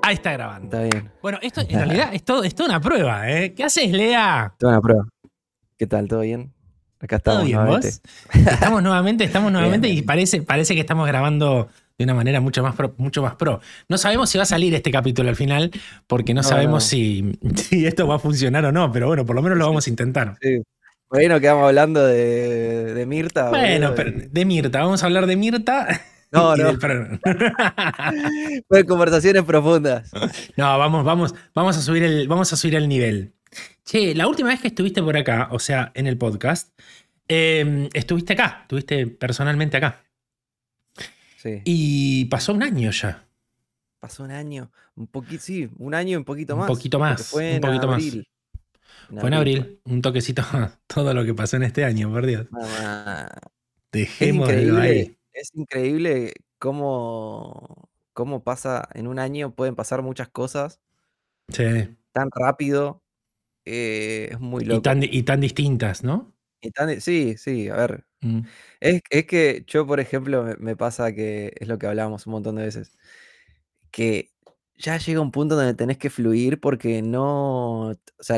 Ahí está grabando. Está bien. Bueno, esto en realidad es toda una prueba, ¿eh? ¿Qué haces, Lea? Toda una prueba. ¿Qué tal? ¿Todo bien? Acá ¿Todo estamos bien, nuevamente. vos? Estamos nuevamente Bien, y bien. parece que estamos grabando de una manera mucho más pro. No sabemos si va a salir este capítulo al final, porque no No, sabemos no. si esto va a funcionar o no, pero bueno, por lo menos lo vamos a intentar. Sí. Por ahí nos quedamos hablando de Mirta, Bueno, boludo. pero de Mirta, vamos a hablar de Mirta No, y no. del perdón. Fue conversaciones profundas. No, vamos a subir el nivel. Che, la última vez que estuviste por acá, o sea, en el podcast, estuviste personalmente acá. Sí. Y pasó un año ya, Pasó un año. Un poquito, sí, un año y un poquito un más. poquito Porque más, fue un en poquito más. abril. En Fue en abril fue. abril, un toquecito a todo lo que pasó en este año, por Dios. Mamá. Dejémoslo ahí. Es increíble cómo pasa en un año, pueden pasar muchas cosas Sí. tan rápido. Es muy loco. Y tan distintas, ¿no? Sí, sí, a ver. Mm. Es que yo, por ejemplo, me pasa que es lo que hablábamos un montón de veces, que ya llega un punto donde tenés que fluir porque no, o sea,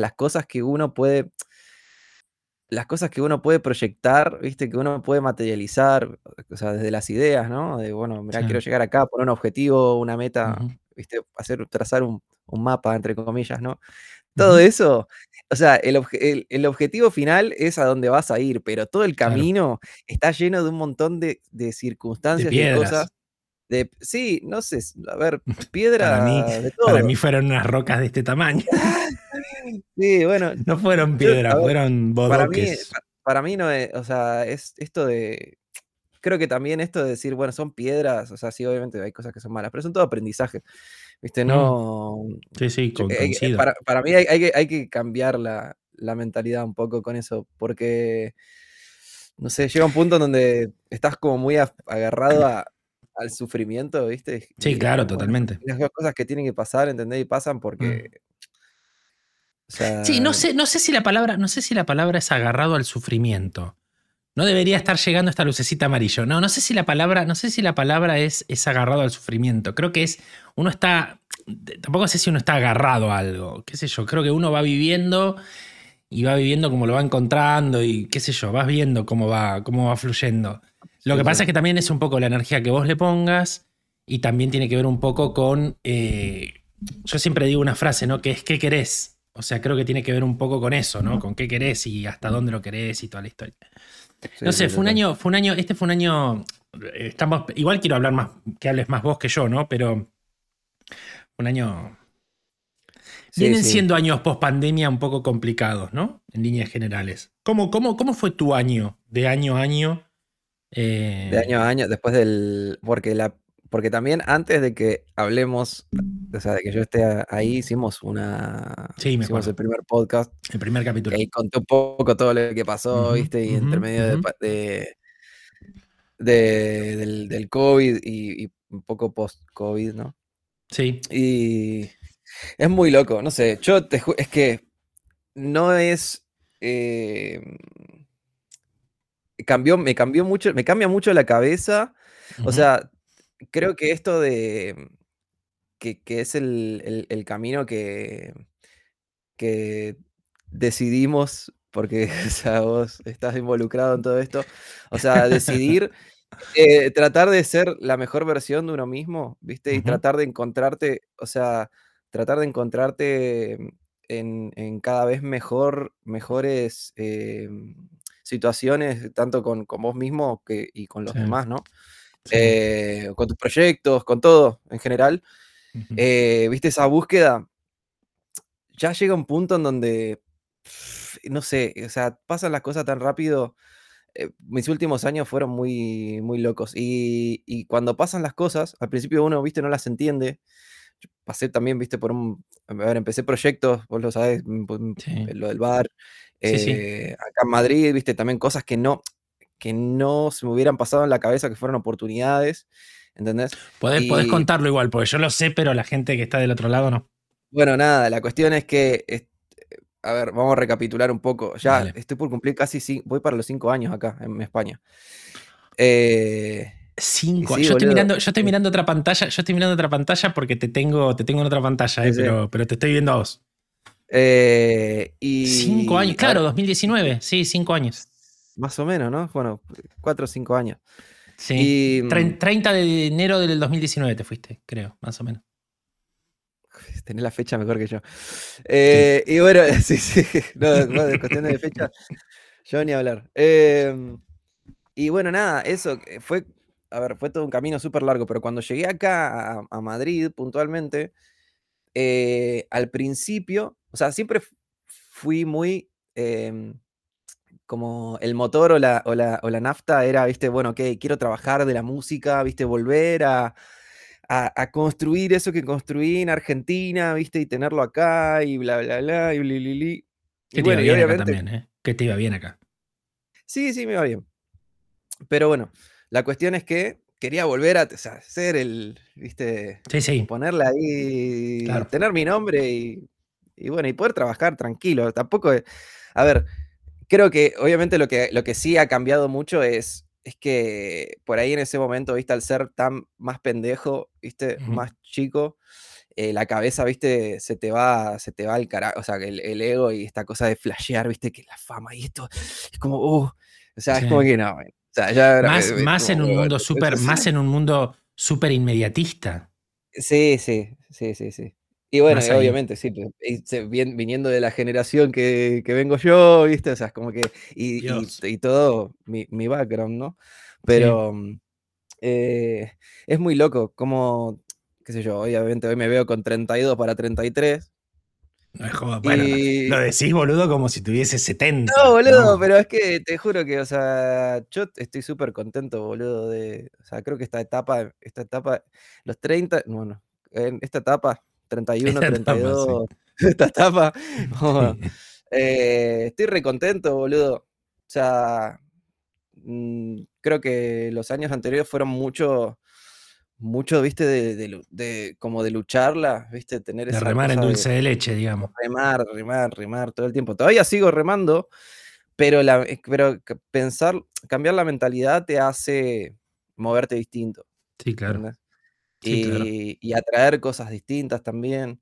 las cosas que uno puede proyectar, ¿viste? Que uno puede materializar, o sea, desde las ideas, ¿no? De, bueno, mirá, Sí. quiero llegar acá, poner un objetivo, una meta, Ujú. ¿viste? Trazar un mapa, entre comillas, ¿no? Todo Ujú. eso, o sea, el objetivo final es a donde vas a ir, pero todo el Claro. camino está lleno de un montón de De circunstancias y de cosas. piedras. Sí, no sé, a ver, Para mí, piedra de para mí todo. fueron unas rocas de este tamaño. Sí, bueno, No fueron a piedras, ver, fueron para mí bodoques. para mí no es, o sea, es esto de creo que también esto de decir, bueno, son piedras, o sea, sí, obviamente hay cosas que son malas, pero son todo aprendizaje, ¿viste? Mm. No, Sí, sí, coincido. para mí hay que cambiar la mentalidad un poco con eso, porque, no sé, llega un punto en donde estás como muy agarrado al sufrimiento, ¿viste? Sí, Y claro, bueno, totalmente. las cosas que tienen que pasar, ¿entendés? Y pasan porque, Mm. o Sí, sea, no sé si la palabra es agarrado al sufrimiento. No debería estar llegando esta lucecita amarillo. No sé si la palabra es agarrado al sufrimiento. Creo que uno está, tampoco sé si uno está agarrado a algo. Qué sé yo, creo que uno va viviendo y va viviendo como lo va encontrando y qué sé yo, vas viendo cómo va fluyendo. Lo sí, que pasa sí, es que también es un poco la energía que vos le pongas y también tiene que ver un poco con, yo siempre digo una frase, ¿no? Que es ¿qué querés? O sea, creo que tiene que ver un poco con eso, ¿no? Con qué querés y hasta dónde lo querés y toda la historia. No sí, sé, sí, total. este fue un año, igual quiero hablar más, que hables más vos que yo, ¿no? Pero un año, Sí, vienen sí. siendo años post pandemia un poco complicados, ¿no? En líneas generales. ¿Cómo fue tu año, de año a año? De año a año, después porque también antes de que hablemos, o sea, de que yo esté ahí, Sí, me hicimos acuerdo. el primer podcast, El primer que capítulo. ahí conté un poco todo lo que pasó, Ujú, ¿viste? Y ujú, entre medio ujú. del COVID y un poco post-COVID, ¿no? Sí. Y es muy loco, no sé, es que no es, em, me cambió mucho, me cambia mucho la cabeza, o Ujú. sea, creo que esto de que es el camino que decidimos, porque, o sea, vos estás involucrado en todo esto, o sea, decidir, tratar de ser la mejor versión de uno mismo, ¿viste? Y Ujú. tratar de encontrarte, o sea, tratar de encontrarte en cada vez mejores, situaciones, tanto con vos mismo y con los Sí, demás, ¿no? sí. Con tus proyectos, con todo en general. Ujú. ¿Viste? Esa búsqueda ya llega un punto en donde, no sé, o sea, pasan las cosas tan rápido. Mis últimos años fueron muy, muy locos. Y cuando pasan las cosas, al principio uno, viste, no las entiende. Yo pasé también, viste, a ver, empecé proyectos, vos lo sabés, Sí, lo del bar. sí, sí. Acá en Madrid, viste, también cosas que no se me hubieran pasado en la cabeza, que fueron oportunidades, ¿entendés? Podés Y contarlo igual, porque yo lo sé, pero la gente que está del otro lado no. bueno, nada, la cuestión es que, a ver, vamos a recapitular un poco. Ya Dale. estoy por cumplir voy para los 5 años acá en España. Eh, Y 5 años. sí, boludo. Yo estoy mirando otra pantalla. Yo estoy mirando otra pantalla porque te tengo en otra pantalla, Sí, sí. pero te estoy viendo a vos. 5 años. Y a Claro, ver, 2019. Sí, 5 años. más o menos, ¿no? Bueno, 4 o 5 años. Sí. Y 30 de enero del 2019 te fuiste, creo, más o menos. tenés la fecha mejor que yo. Sí. Y bueno, sí, sí. No, bueno, de cuestiones de fecha, yo ni hablar. Y bueno, nada, eso fue, a ver, fue todo un camino súper largo, pero cuando llegué acá a Madrid puntualmente, al principio, o sea, siempre fui muy, como el motor o la nafta era, viste, bueno, ok, quiero trabajar de la música, viste, volver a construir eso que construí en Argentina, viste, y tenerlo acá, y bla, bla, bla, y bli, bli, bli. Y Que te iba bueno, y bien acá obviamente, también, ¿eh? Que te iba bien acá. sí, sí, me va bien. Pero bueno, la cuestión es que quería volver a, o sea, ser el, viste, Sí, sí, ponerle ahí, claro. tener mi nombre y bueno, y poder trabajar tranquilo. Tampoco, a ver, creo que obviamente lo que sí ha cambiado mucho es que por ahí en ese momento, viste, al ser tan más pendejo, viste, Ujú. más chico, la cabeza, viste, se te va al carajo, o sea, que el ego y esta cosa de flashear, viste, que la fama y esto, es como, o sea, es como Sí. que no, o sea, ya me Más chupa en un un huevo, mundo súper, más en un mundo súper inmediatista. sí, sí, sí, sí, sí. Y bueno, y Más ahí. obviamente, sí, pues, viniendo de la generación que vengo yo, ¿viste? O sea, es como que Dios. y todo mi background, ¿no? Sí. Pero, eh, es muy loco cómo, qué sé yo, obviamente hoy me veo con 32 para 33 No es joda. Bueno, lo y decís, boludo, como si tuviese no, 70, boludo, ¿no? pero es que te juro que, o sea, yo estoy súper contento, boludo, o sea, creo que esta etapa, los 30, bueno, en esta etapa, 31, Esta etapa, sí. 32, esta etapa, como, Sí. estoy recontento, boludo. O sea, creo que los años anteriores fueron mucho, viste, como de lucharla, viste, tener De esa remar en cosa de dulce de leche, digamos. remar, remar, remar todo el tiempo. Todavía sigo remando, pero cambiar la mentalidad te hace moverte distinto, Sí, claro. ¿entendés? Sí, claro. Y atraer cosas distintas también.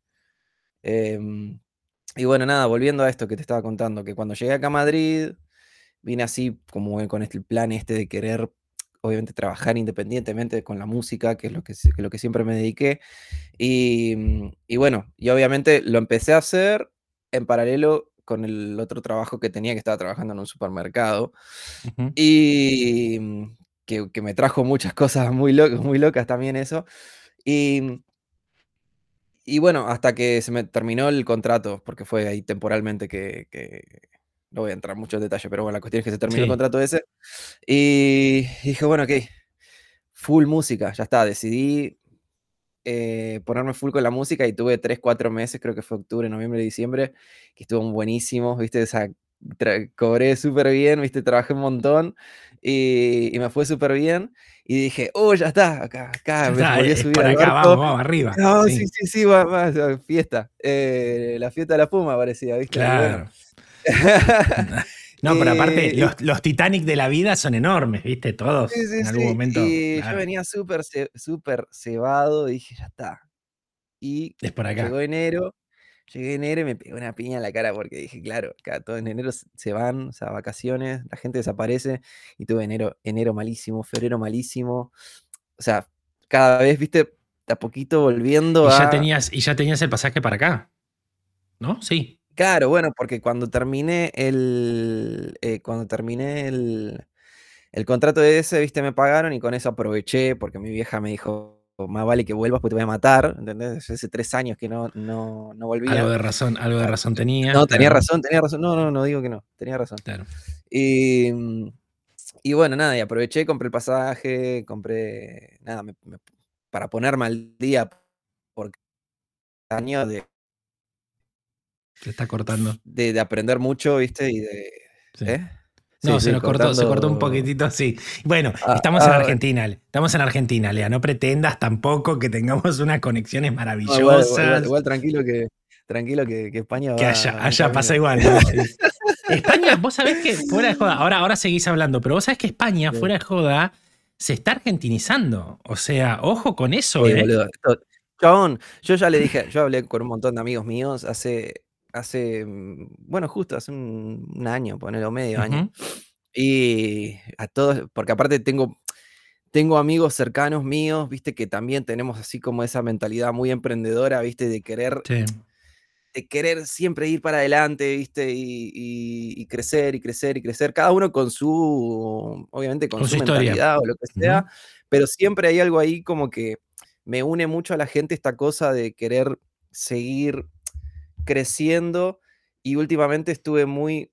Em, y bueno, nada, volviendo a esto que te estaba contando, que cuando llegué acá a Madrid, vine así como con este plan de querer, obviamente, trabajar independientemente con la música, que es lo que siempre me dediqué. Y bueno, y obviamente lo empecé a hacer en paralelo con el otro trabajo que tenía, que estaba trabajando en un supermercado, Ujú. y, que me trajo muchas cosas muy locas también eso. Y y bueno, hasta que se me terminó el contrato, porque fue ahí temporalmente que no voy a entrar mucho en detalle, pero bueno, la cuestión es que se terminó el Sí. contrato ese, y dije: "Bueno, okey, full música", ya está, decidí ponerme full con la música y tuve 3 4 meses, creo que fue octubre, noviembre, diciembre, que estuvo buenísimos, ¿viste? O sea, cobré súper bien, ¿viste? Trabajé un montón y me fue súper bien. Y dije: "Oh, ya está, acá Ya me está, volví a es subir por al acá, vamos, barco". vamos arriba. No, sí, Sí, sí, sí, va, o sea, fiesta. La fiesta de la espuma parecía, ¿viste? Y bueno. claro. No, pero aparte, Y los Titanic de la vida son enormes, ¿viste? sí, Todos sí, en algún sí. momento, Y yo claro, venía súper cebado, y dije: "Ya está". Y es por acá. llegó enero, llegué enero y me pegué una piña en la cara porque dije: "Claro, acá todos en enero se van, o sea, vacaciones, la gente desaparece", y tuve enero malísimo, febrero malísimo. O sea, cada vez, viste, de a poquito volviendo a Y ya tenías el pasaje para acá, ¿no? Sí. claro, bueno, porque cuando terminé el contrato ese, viste, me pagaron y con eso aproveché, porque mi vieja me dijo: "Más vale que vuelvas, pues te voy a matar", ¿entendés? Hace 3 años que no volvía. Algo de razón tenía, No, tenía claro, razón, tenía razón. No, no, no digo que no, tenía razón. claro. Y, y bueno, nada, y aproveché, compré el pasaje, compré nada, para ponerme al día, porque años Se está cortando. de aprender mucho, ¿viste? Sí. ¿Eh? Sí, No, sí, se cortó un cortando. poquitito, sí. Bueno, Ah, ah, Estamos en Argentina, Lea. No pretendas tampoco que tengamos unas conexiones no, igual, igual, maravillosas. igual tranquilo que España Que va en allá pasa camino. igual, ¿no? Sí. España, vos sabés que, fuera de joda, ahora seguís hablando, pero vos sabés que España, Sí. fuera de joda, se está argentinizando. O sea, ojo con eso, ¿eh? Boludo. Chabón, yo ya le dije, yo hablé con un montón de amigos míos bueno, justo hace un año, ponele, o medio año. Ujú, Y a todos, porque aparte tengo amigos cercanos míos, viste, que también tenemos así como esa mentalidad muy emprendedora, viste, sí, de querer siempre ir para adelante, viste, y crecer, y crecer, y crecer, cada uno con su, obviamente con con su su historia. mentalidad o lo que sea, Ujú, pero siempre hay algo ahí como que me une mucho a la gente esta cosa de querer seguir creciendo, y últimamente estuve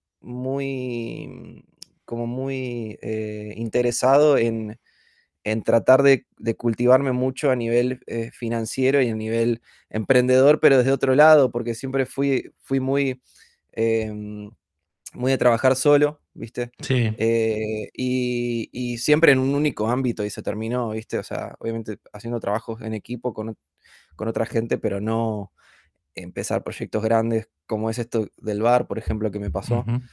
como muy interesado en tratar de cultivarme mucho a nivel financiero y a nivel emprendedor, pero desde otro lado, porque siempre fui em, muy de trabajar solo, ¿viste? sí, Y siempre en un único ámbito y se terminó, ¿viste? O sea, obviamente haciendo trabajos en equipo con otra gente, pero no empezar proyectos grandes como es esto del bar, por ejemplo, que me pasó. ujú.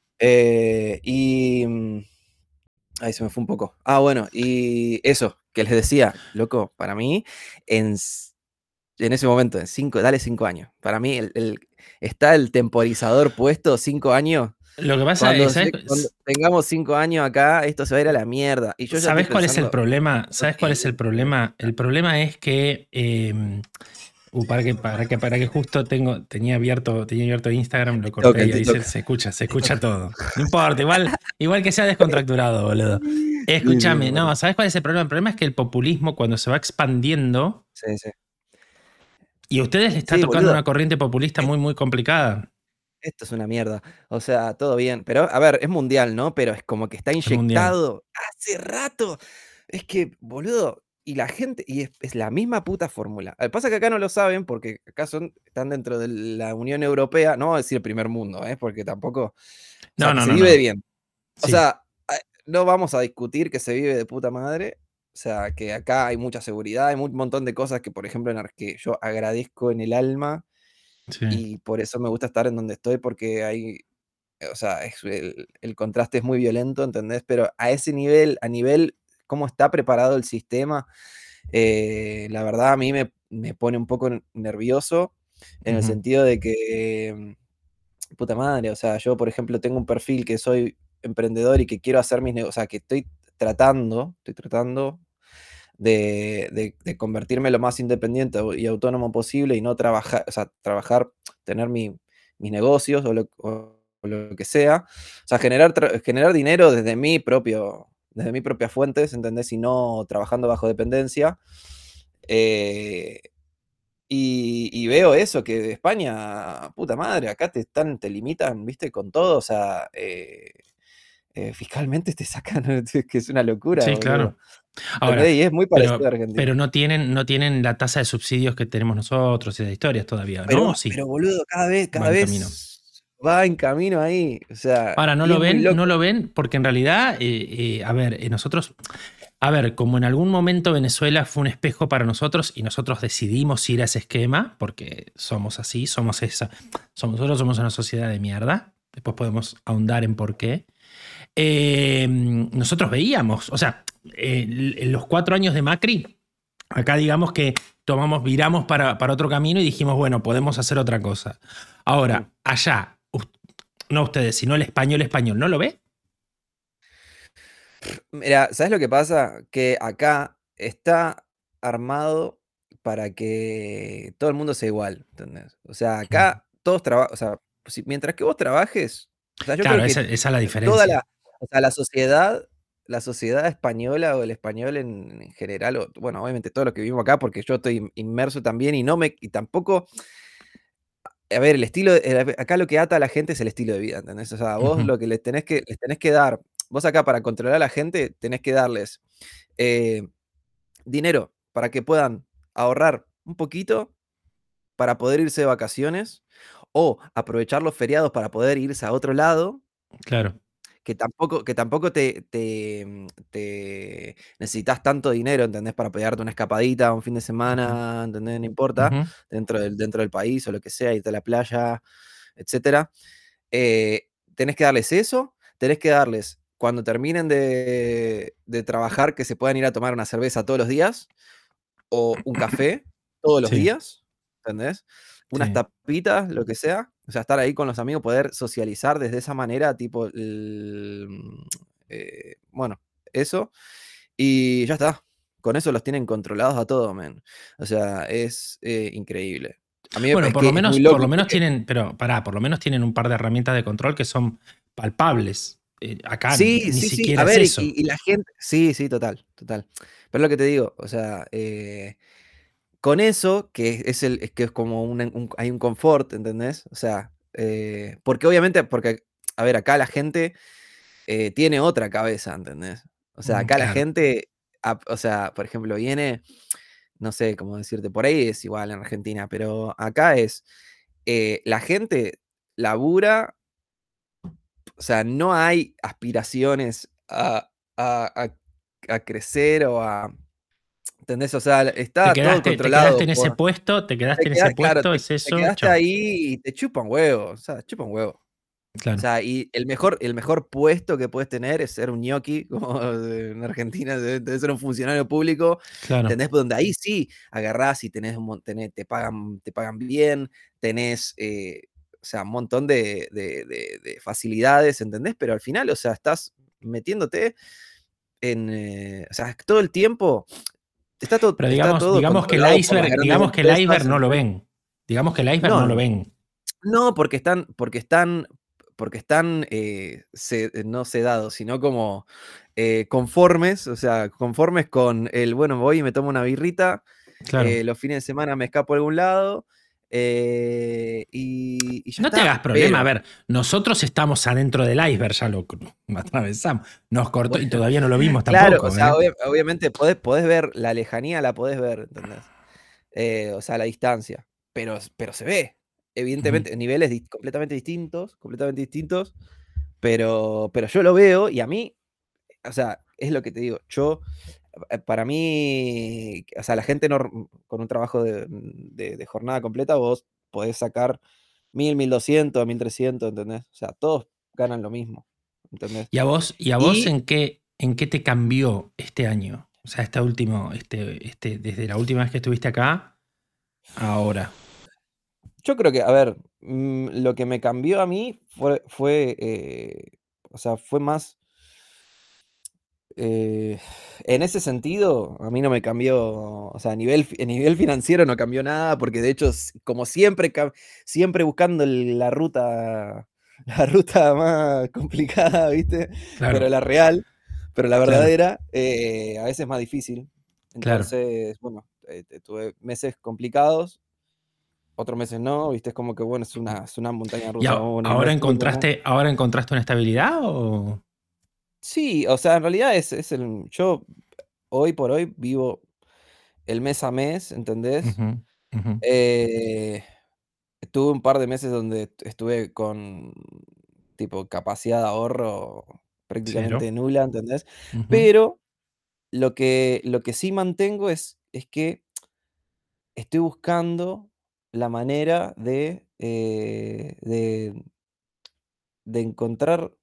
Ahí se me fue un poco. Ah, bueno, y eso, que les decía, loco, para mí, en, s- en ese momento, dale 5 años. Para mí, está el temporizador puesto 5 años. Lo que pasa es, Cuando tengamos 5 años acá, esto se va a ir a la mierda. Y yo ya estoy ¿sabes cuál es el pensando, problema? ¿Sabes ok, cuál es el problema? El problema es que para que justo tenía abierto Instagram, lo TikTok, corté el y ahí TikTok, se escucha TikTok. todo. No importa, igual que sea descontracturado, boludo. Sí, sí, Escúchame, me no, parece. ¿sabes cuál es el problema? El problema es que el populismo, cuando se va expandiendo, Sí, sí. y a ustedes le está Sí, tocando boludo. una corriente populista muy, muy complicada. Esto es una mierda. O sea, todo bien. Pero, a ver, es mundial, ¿no? Pero es como que está El mundial. inyectado hace rato. Es que, boludo, y la gente, y es la misma puta fórmula. Lo que pasa es que acá no lo saben porque acá están dentro de la Unión Europea, no vamos a decir el primer mundo, ¿eh? Porque tampoco, o sea, No, que no, se no, vive no. bien. O Sí. sea, no vamos a discutir que se vive de puta madre. O sea, que acá hay mucha seguridad, hay un montón de cosas que, por ejemplo, que yo agradezco en el alma Sí. y por eso me gusta estar en donde estoy porque o sea, el contraste es muy violento, ¿entendés? Pero a ese nivel, a nivel cómo está preparado el sistema, la verdad a mí me pone un poco nervioso en el Ujú. sentido de que, puta madre, o sea, yo, por ejemplo, tengo un perfil que soy emprendedor y que quiero hacer mis negocios, o sea, que estoy tratando de convertirme lo más independiente y autónomo posible y no trabajar, o sea, tener mis negocios o lo que sea. O sea, generar dinero desde mi propia fuentes, ¿entendés? Y no trabajando bajo dependencia. Eh, y veo eso, que de España, puta madre, acá te limitan, viste, con todo, o sea, fiscalmente te sacan, que es una locura, Sí, boludo. claro. Ahora, ¿Entendés? Y es muy parecido a pero Argentina. no tienen la tasa de subsidios que tenemos nosotros y de historias todavía, ¿no? ¿O sí? Pero boludo, cada vez, Va cada en camino. vez va en camino ahí. O sea, Ahora, y es muy no loco. lo ven porque en realidad, a ver, nosotros, a ver, como en algún momento Venezuela fue un espejo para nosotros y nosotros decidimos ir a ese esquema porque somos así, nosotros somos una sociedad de mierda. Después podemos ahondar en por qué. Nosotros veíamos, o sea, en los 4 años de Macri, acá digamos que viramos para otro camino y dijimos, bueno, podemos hacer otra cosa. Mm. Ahora, allá, no ustedes, sino el español, ¿no lo ve? Mira, ¿sabes lo que pasa? Que acá está armado para que todo el mundo sea igual, ¿entendés? O sea, Mm. acá todos trabajan, o sea, mientras que vos trabajes, o sea, yo Claro, creo esa que es la toda diferencia. o sea, la sociedad española o el español en general, o, bueno, obviamente todo lo que vivimos acá, porque yo estoy inmerso también y tampoco. A ver, acá lo que ata a la gente es el estilo de vida, ¿entendés? O sea, vos Ujú, lo que les tenés que dar, vos acá para controlar a la gente tenés que darles eh, dinero para que puedan ahorrar un poquito para poder irse de vacaciones o aprovechar los feriados para poder irse a otro lado, claro. que tampoco te necesitas tanto dinero, ¿entendés? Para pegarte una escapadita un fin de Ujú, semana, ¿entendés? No importa, ujú, dentro del país o lo que sea, irte a la playa, etcétera. Tenés que darles eso, tenés que darles cuando terminen de trabajar, que se puedan ir a tomar una cerveza todos los días o un café todos los Sí, días, ¿entendés? Unas sí. tapitas, lo que sea. O sea, estar ahí con los amigos, poder socializar desde esa manera, tipo, bueno, eso. Y ya está. Con eso los tienen controlados a todos, men. O sea, es increíble. A mí Bueno, es que es muy loco. por lo menos Porque, tienen, pero pará, por lo menos tienen un par de herramientas de control que son palpables. Acá sí, ni sí, sí. siquiera A es ver, eso. y la gente. Sí, sí, total, total. Pero es lo que te digo, o sea, con eso, es que es como hay un confort, ¿entendés? O sea, porque obviamente, porque, a ver, acá la gente tiene otra cabeza, ¿entendés? O sea, acá la Claro. gente, o sea, por ejemplo, viene, no sé cómo decirte, por ahí es igual en Argentina, pero acá es, la gente labura, o sea, no hay aspiraciones a crecer o a, ¿entendés? O sea, está todo Te quedaste controlado en ese por. puesto, te quedaste Te en ese quedas, claro, puesto, es te eso, quedaste chao. ahí y te chupan huevo, o sea, chupan huevo. O Claro, sea, y el mejor puesto que puedes tener es ser un ñoqui, como en Argentina debe ser un funcionario público, claro. ¿entendés? Pues donde ahí sí agarrás y tenés te pagan bien, tenés, o sea, un montón de facilidades, ¿entendés? Pero al final, o sea, estás metiéndote o sea, todo el tiempo Pero está todo controlado por las grandes digamos que el iceberg empresas, no lo ¿entendés? ven. Digamos que el iceberg No, no lo no. ven. No, porque están, no sedados, sino como, conformes, o sea, conformes con bueno, me voy y me tomo una birrita, Claro. los fines de semana me escapo a algún lado, y ya No te está. hagas problema. A Pero, ver, nosotros estamos adentro del iceberg, ya lo atravesamos. Nos cortó y bueno, todavía no lo vimos claro, o tampoco, sea, ¿eh? obviamente podés ver la lejanía, la podés ver, ¿entendés? O sea, la distancia, pero se ve. Ujú. Evidentemente, niveles completamente distintos, pero yo lo veo y a mí, o sea, es lo que te digo, para mí, o sea, la gente con un trabajo de jornada completa, vos podés sacar 1.200, 1.300, ¿entendés? O sea, todos ganan lo mismo, ¿entendés? Y a vos Y en qué te cambió este año? O sea, desde la última vez que estuviste acá, ahora. yo creo que, a ver, lo que me cambió a mí o sea, fue más. Eh, en ese sentido, a mí no me cambió, o sea, a nivel financiero no cambió nada, porque de hecho, como siempre, siempre buscando la ruta, la ruta más complicada, ¿viste? Pero Claro, la real, pero la claro, verdadera, a veces es más difícil. claro. Entonces, bueno, tuve meses complicados, otros meses no, ¿viste? Es como que, bueno, es una montaña ¿Y rusa, unos meses muy buenos. ahora encontraste una estabilidad o...? Sí, o sea, en realidad yo hoy por hoy vivo el mes a mes, ¿entendés? Ujú, ujú. Eh, tuve un par de meses donde estuve con, tipo, capacidad de ahorro Cero. prácticamente nula, ¿entendés? Ujú. Pero lo que sí mantengo es que estoy buscando la manera de encontrar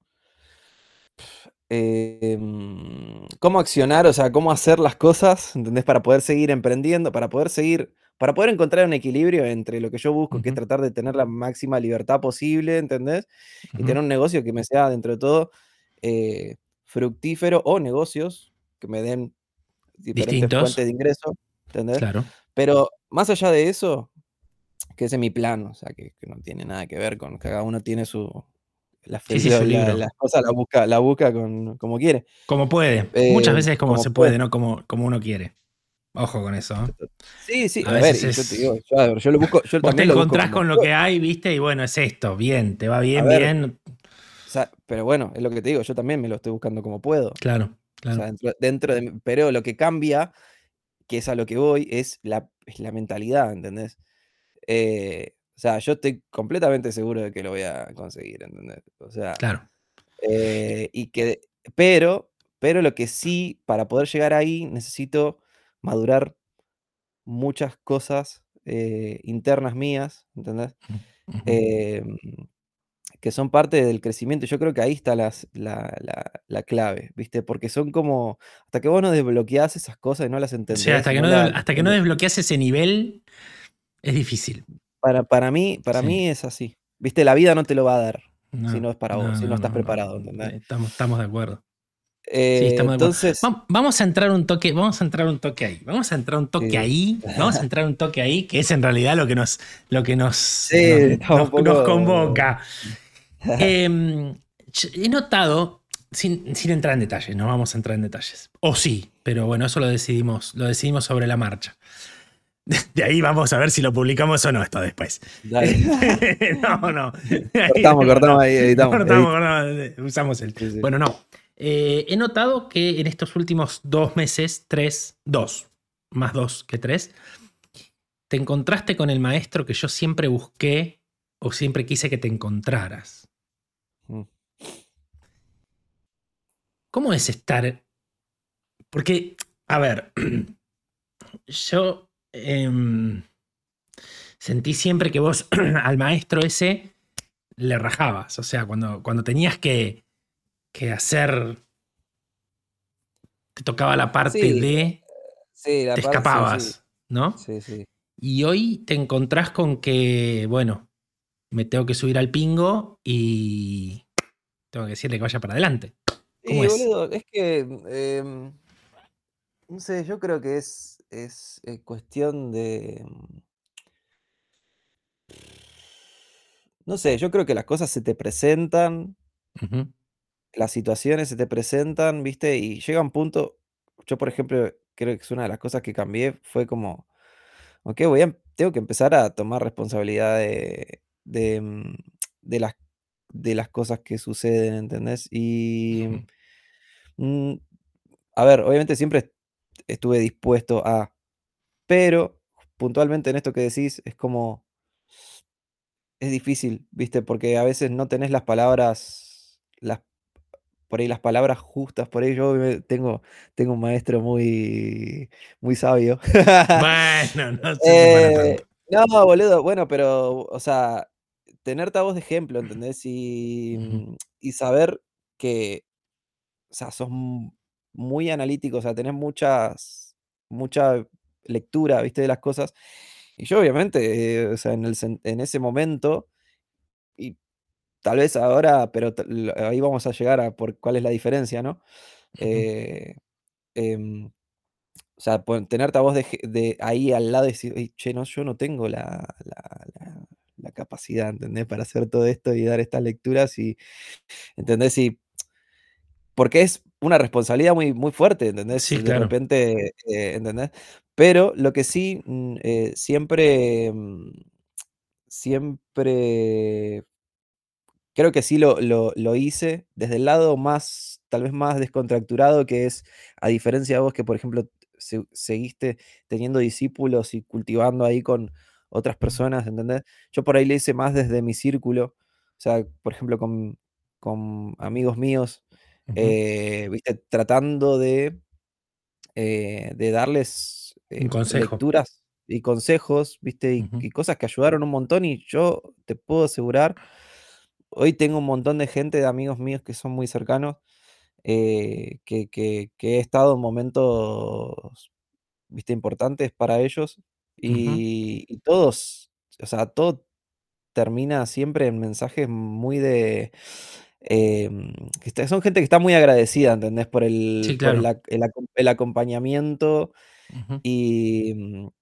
cómo accionar, o sea, cómo hacer las cosas, ¿entendés? Para poder seguir emprendiendo, para poder encontrar un equilibrio entre lo que yo busco, que es Ujú, tratar de tener la máxima libertad posible, ¿entendés? Y ujú. tener un negocio que me sea, dentro de todo, eh, fructífero, o negocios que me den diferentes Distintos, fuentes de ingreso, ¿entendés? claro. Pero más allá de eso, que ese es mi plan, o sea, que no tiene nada que ver con cada uno tiene Sí, sí, su las libro. cosas la busca como quiere. Como puede. Muchas Eh, veces como como se puede. puede, no como uno quiere. Ojo con eso, ¿eh? Sí, sí, A a ver, veces y yo te es. digo, yo lo busco, yo Vos te también lo busco encontrás como con lo puedo. que hay, ¿viste? Y bueno, es esto. Bien, te va A bien, ver, bien. o sea, pero bueno, es lo que te digo, yo también me lo estoy buscando como puedo. Claro, O sea, claro. dentro de pero lo que cambia, que es a lo que voy, es la mentalidad, ¿entendés? O sea, yo estoy completamente seguro de que lo voy a conseguir, ¿entendés? O sea, Claro. y que pero lo que sí, para poder llegar ahí, necesito madurar muchas cosas, internas mías, ¿entendés? Ujú. Em, que son parte del crecimiento. Yo creo que ahí está la clave, ¿viste? Porque son como, hasta que vos no desbloqueás esas cosas y no las O sea, entendés y no las... hasta que no desbloqueas ese nivel, es difícil. Para Sí. mí es así. ¿Viste? La vida no te lo va a dar si No, no es para vos, no, si no no, estás no, no. preparado, ¿entendés? Estamos de acuerdo. Sí, estamos de acuerdo. Entonces, Vamos a entrar un toque, vamos a entrar un toque ahí. Vamos a entrar un toque sí. ahí. Vamos a entrar un toque ahí, que es en realidad lo que Sí, estamos un nos poco... convoca. He notado, sin entrar en detalles, no vamos a entrar en detalles. O sí, pero bueno, eso lo decidimos sobre la marcha. De ahí vamos a ver si lo publicamos o no esto después. Dale. No, no. Ahí Cortamos, vemos, no. cortamos ahí, editamos, Cortamos, edit. usamos el. Sí, sí. Bueno, no. He notado que en estos últimos 2 meses, dos, más 2 que 3, te encontraste con el maestro que yo siempre busqué o siempre quise que te encontraras. Mm. ¿Cómo es estar? Porque, a ver, yo sentí siempre que vos al maestro ese le rajabas. O sea, cuando tenías que hacer, te tocaba la parte Sí, de, sí, la te parte, sí, sí, escapabas, ¿no? sí, sí. Y hoy te encontrás con que, bueno, me tengo que subir al pingo y tengo que decirle que vaya para adelante. ¿Cómo Sí, es? boludo, es que, no sé, yo creo que es cuestión de, no sé, yo creo que las cosas se te presentan, Ujú, las situaciones se te presentan, ¿viste? Y llega un punto, yo por ejemplo, creo que es una de las cosas que cambié, fue como, ok, tengo que empezar a tomar responsabilidad de de las cosas que suceden, ¿entendés? ujú, Mm, a ver, obviamente siempre estuve dispuesto a, pero puntualmente en esto que decís es como, es difícil, ¿viste? Porque a veces no tenés las palabras, por ahí las palabras justas, por ahí tengo un maestro muy sabio. bueno, no sé si para tanto. No, boludo, bueno, pero, o sea, tenerte a vos de ejemplo, ¿entendés? Ujú, Y saber que, o sea, muy analítico, o sea, tenés mucha lectura, ¿viste? De las cosas. Y yo obviamente, o sea, en ese momento, y tal vez ahora, pero ahí vamos a llegar a por cuál es la diferencia, ¿no? ujú, Eh, em, o sea, tenerte a vos de ahí al lado y decir: "Ey, che, no, yo no tengo la capacidad, ¿entendés? Para hacer todo esto y dar estas lecturas", y, ¿entendés? Y porque es una responsabilidad muy fuerte, ¿entendés? sí, De claro. repente, ¿entendés? Pero lo que sí, siempre, siempre creo que sí lo hice desde el lado más, tal vez más descontracturado, que es, a diferencia de vos que, por ejemplo, seguiste teniendo discípulos y cultivando ahí con otras personas, ¿entendés? Yo por ahí le hice más desde mi círculo, o sea, por ejemplo, con amigos míos, Ujú. ¿viste? Tratando de darles, Un consejo. lecturas y consejos, ¿viste? Ujú, Y cosas que ayudaron un montón, y yo te puedo asegurar, hoy tengo un montón de gente, de amigos míos que son muy cercanos, que he estado en momentos, ¿viste? Importantes para ellos, ujú, y todos, o sea, todo termina siempre en mensajes muy son gente que está muy agradecida, ¿entendés? sí, Por claro. el acompañamiento, Ujú, y,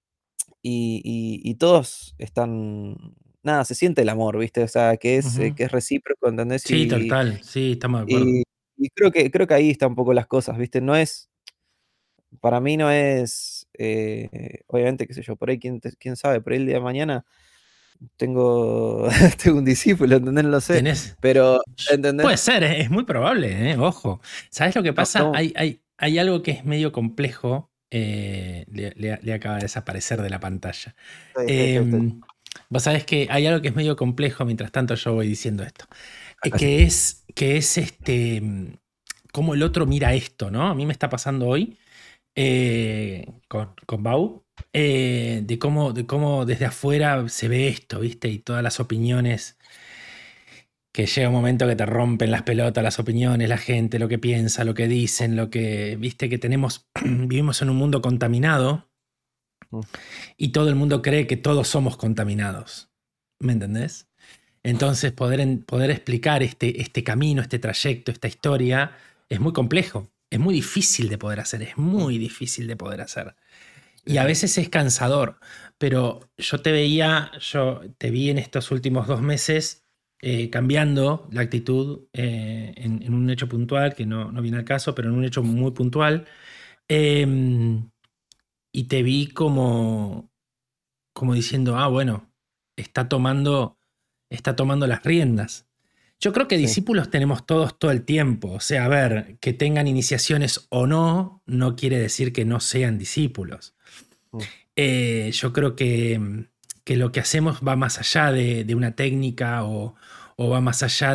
y todos están, nada, se siente el amor, ¿viste? O sea, ujú. que es recíproco, ¿entendés? Sí, total. Sí, estamos de acuerdo. Y y creo que ahí está un poco las cosas, ¿viste? No es, para mí no es, obviamente, qué sé yo, por ahí quién sabe, por ahí el día de mañana tengo tengo un discípulo, ¿entendés? No lo sé, Tenés. pero, ¿entendés? Puede ser, es muy probable, ojo. ¿Sabes lo que pasa? Estamos Hay algo que es medio complejo. Le acaba de desaparecer de la pantalla. estoy. Vos sabés que hay algo que es medio complejo, mientras tanto yo voy diciendo esto. Acá sí. Que es cómo el otro mira esto, ¿no? A mí me está pasando hoy con Bau, de cómo desde afuera se ve esto, ¿viste? Y todas las opiniones que llega un momento que te rompen las pelotas, las opiniones, la gente, lo que piensa, lo que dicen, lo que, viste que tenemos, vivimos en un mundo contaminado Mm. y todo el mundo cree que todos somos contaminados. ¿Me entendés? Entonces poder explicar este camino, este trayecto, esta historia, es muy complejo, es muy difícil de poder hacer, es Mm. muy difícil de poder hacer. Sí, Y a sí. veces es cansador, pero yo te vi en estos últimos 2 meses cambiando la actitud en un hecho puntual, que no viene al caso, pero en un hecho muy puntual. em, y te vi como diciendo, ah, bueno, está tomando, está tomando las riendas. Yo creo que Sí. discípulos tenemos todos todo el tiempo. O sea, a ver, que tengan iniciaciones o no quiere decir que no sean discípulos. Mm. Yo creo que lo que hacemos va más allá de una técnica o va más allá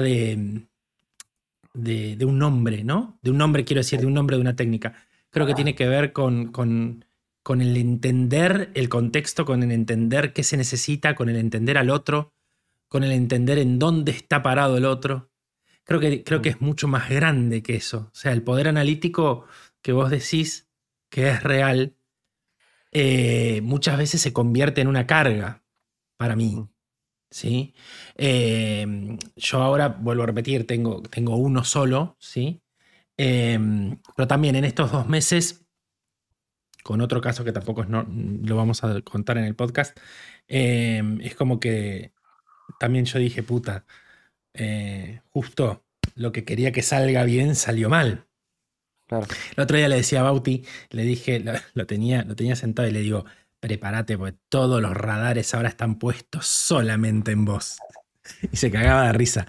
de un nombre, ¿no? De un nombre, quiero decir, Sí. de un nombre de una técnica. Creo que tiene que ver con el entender el contexto, con el entender qué se necesita, con el entender al otro, con el entender en dónde está parado el otro. Creo que Mm. es mucho más grande que eso. O sea, el poder analítico que vos decís que es real, muchas veces se convierte en una carga para mí. Mm. ¿Sí? Yo ahora, vuelvo a repetir, tengo uno solo, ¿sí? Pero también en estos 2 meses, con otro caso que tampoco no, lo vamos a contar en el podcast, es como que también yo dije, puta, justo lo que quería que salga bien salió mal. Claro. El otro día le decía a Bauti, le dije, lo tenía sentado y le digo, prepárate, porque todos los radares ahora están puestos solamente en vos. Y se cagaba de risa.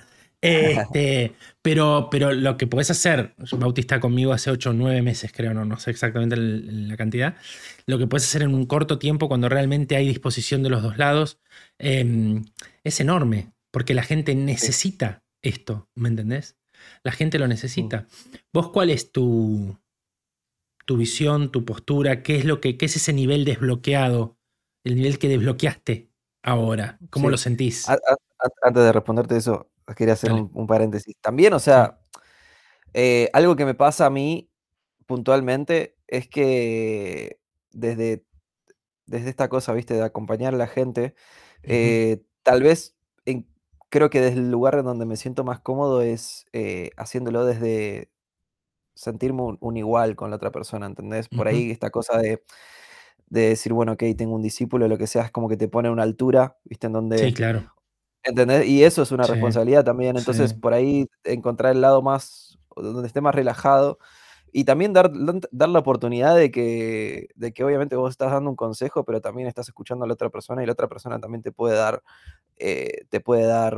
Pero lo que podés hacer, Bauti está conmigo hace 8 o 9 meses, creo, no sé exactamente la cantidad. Lo que puedes hacer en un corto tiempo, cuando realmente hay disposición de los dos lados, es enorme, porque la gente Sí. necesita esto, ¿me entendés? La gente lo Mm. necesita. ¿Vos cuál es tu visión, tu postura? ¿Qué es ese nivel desbloqueado? El nivel que desbloqueaste ahora. ¿Cómo lo Sí. sentís? Antes de responderte eso, quería hacer Dale. un paréntesis. También, o Sí. sea, algo que me pasa a mí puntualmente es que desde, desde esta cosa, viste, de acompañar a la gente, Ujú. tal vez creo que desde el lugar en donde me siento más cómodo es haciéndolo desde sentirme un igual con la otra persona, ¿entendés? Por Ujú. ahí esta cosa de decir, bueno, ok, tengo un discípulo, lo que sea, es como que te pone a una altura, viste, en Sí, donde claro. ¿entendés? Y eso es una Sí, responsabilidad también. Entonces, sí. por ahí encontrar el lado más o donde esté más relajado y también dar la oportunidad de que obviamente vos estás dando un consejo, pero también estás escuchando a la otra persona y la otra persona también te puede dar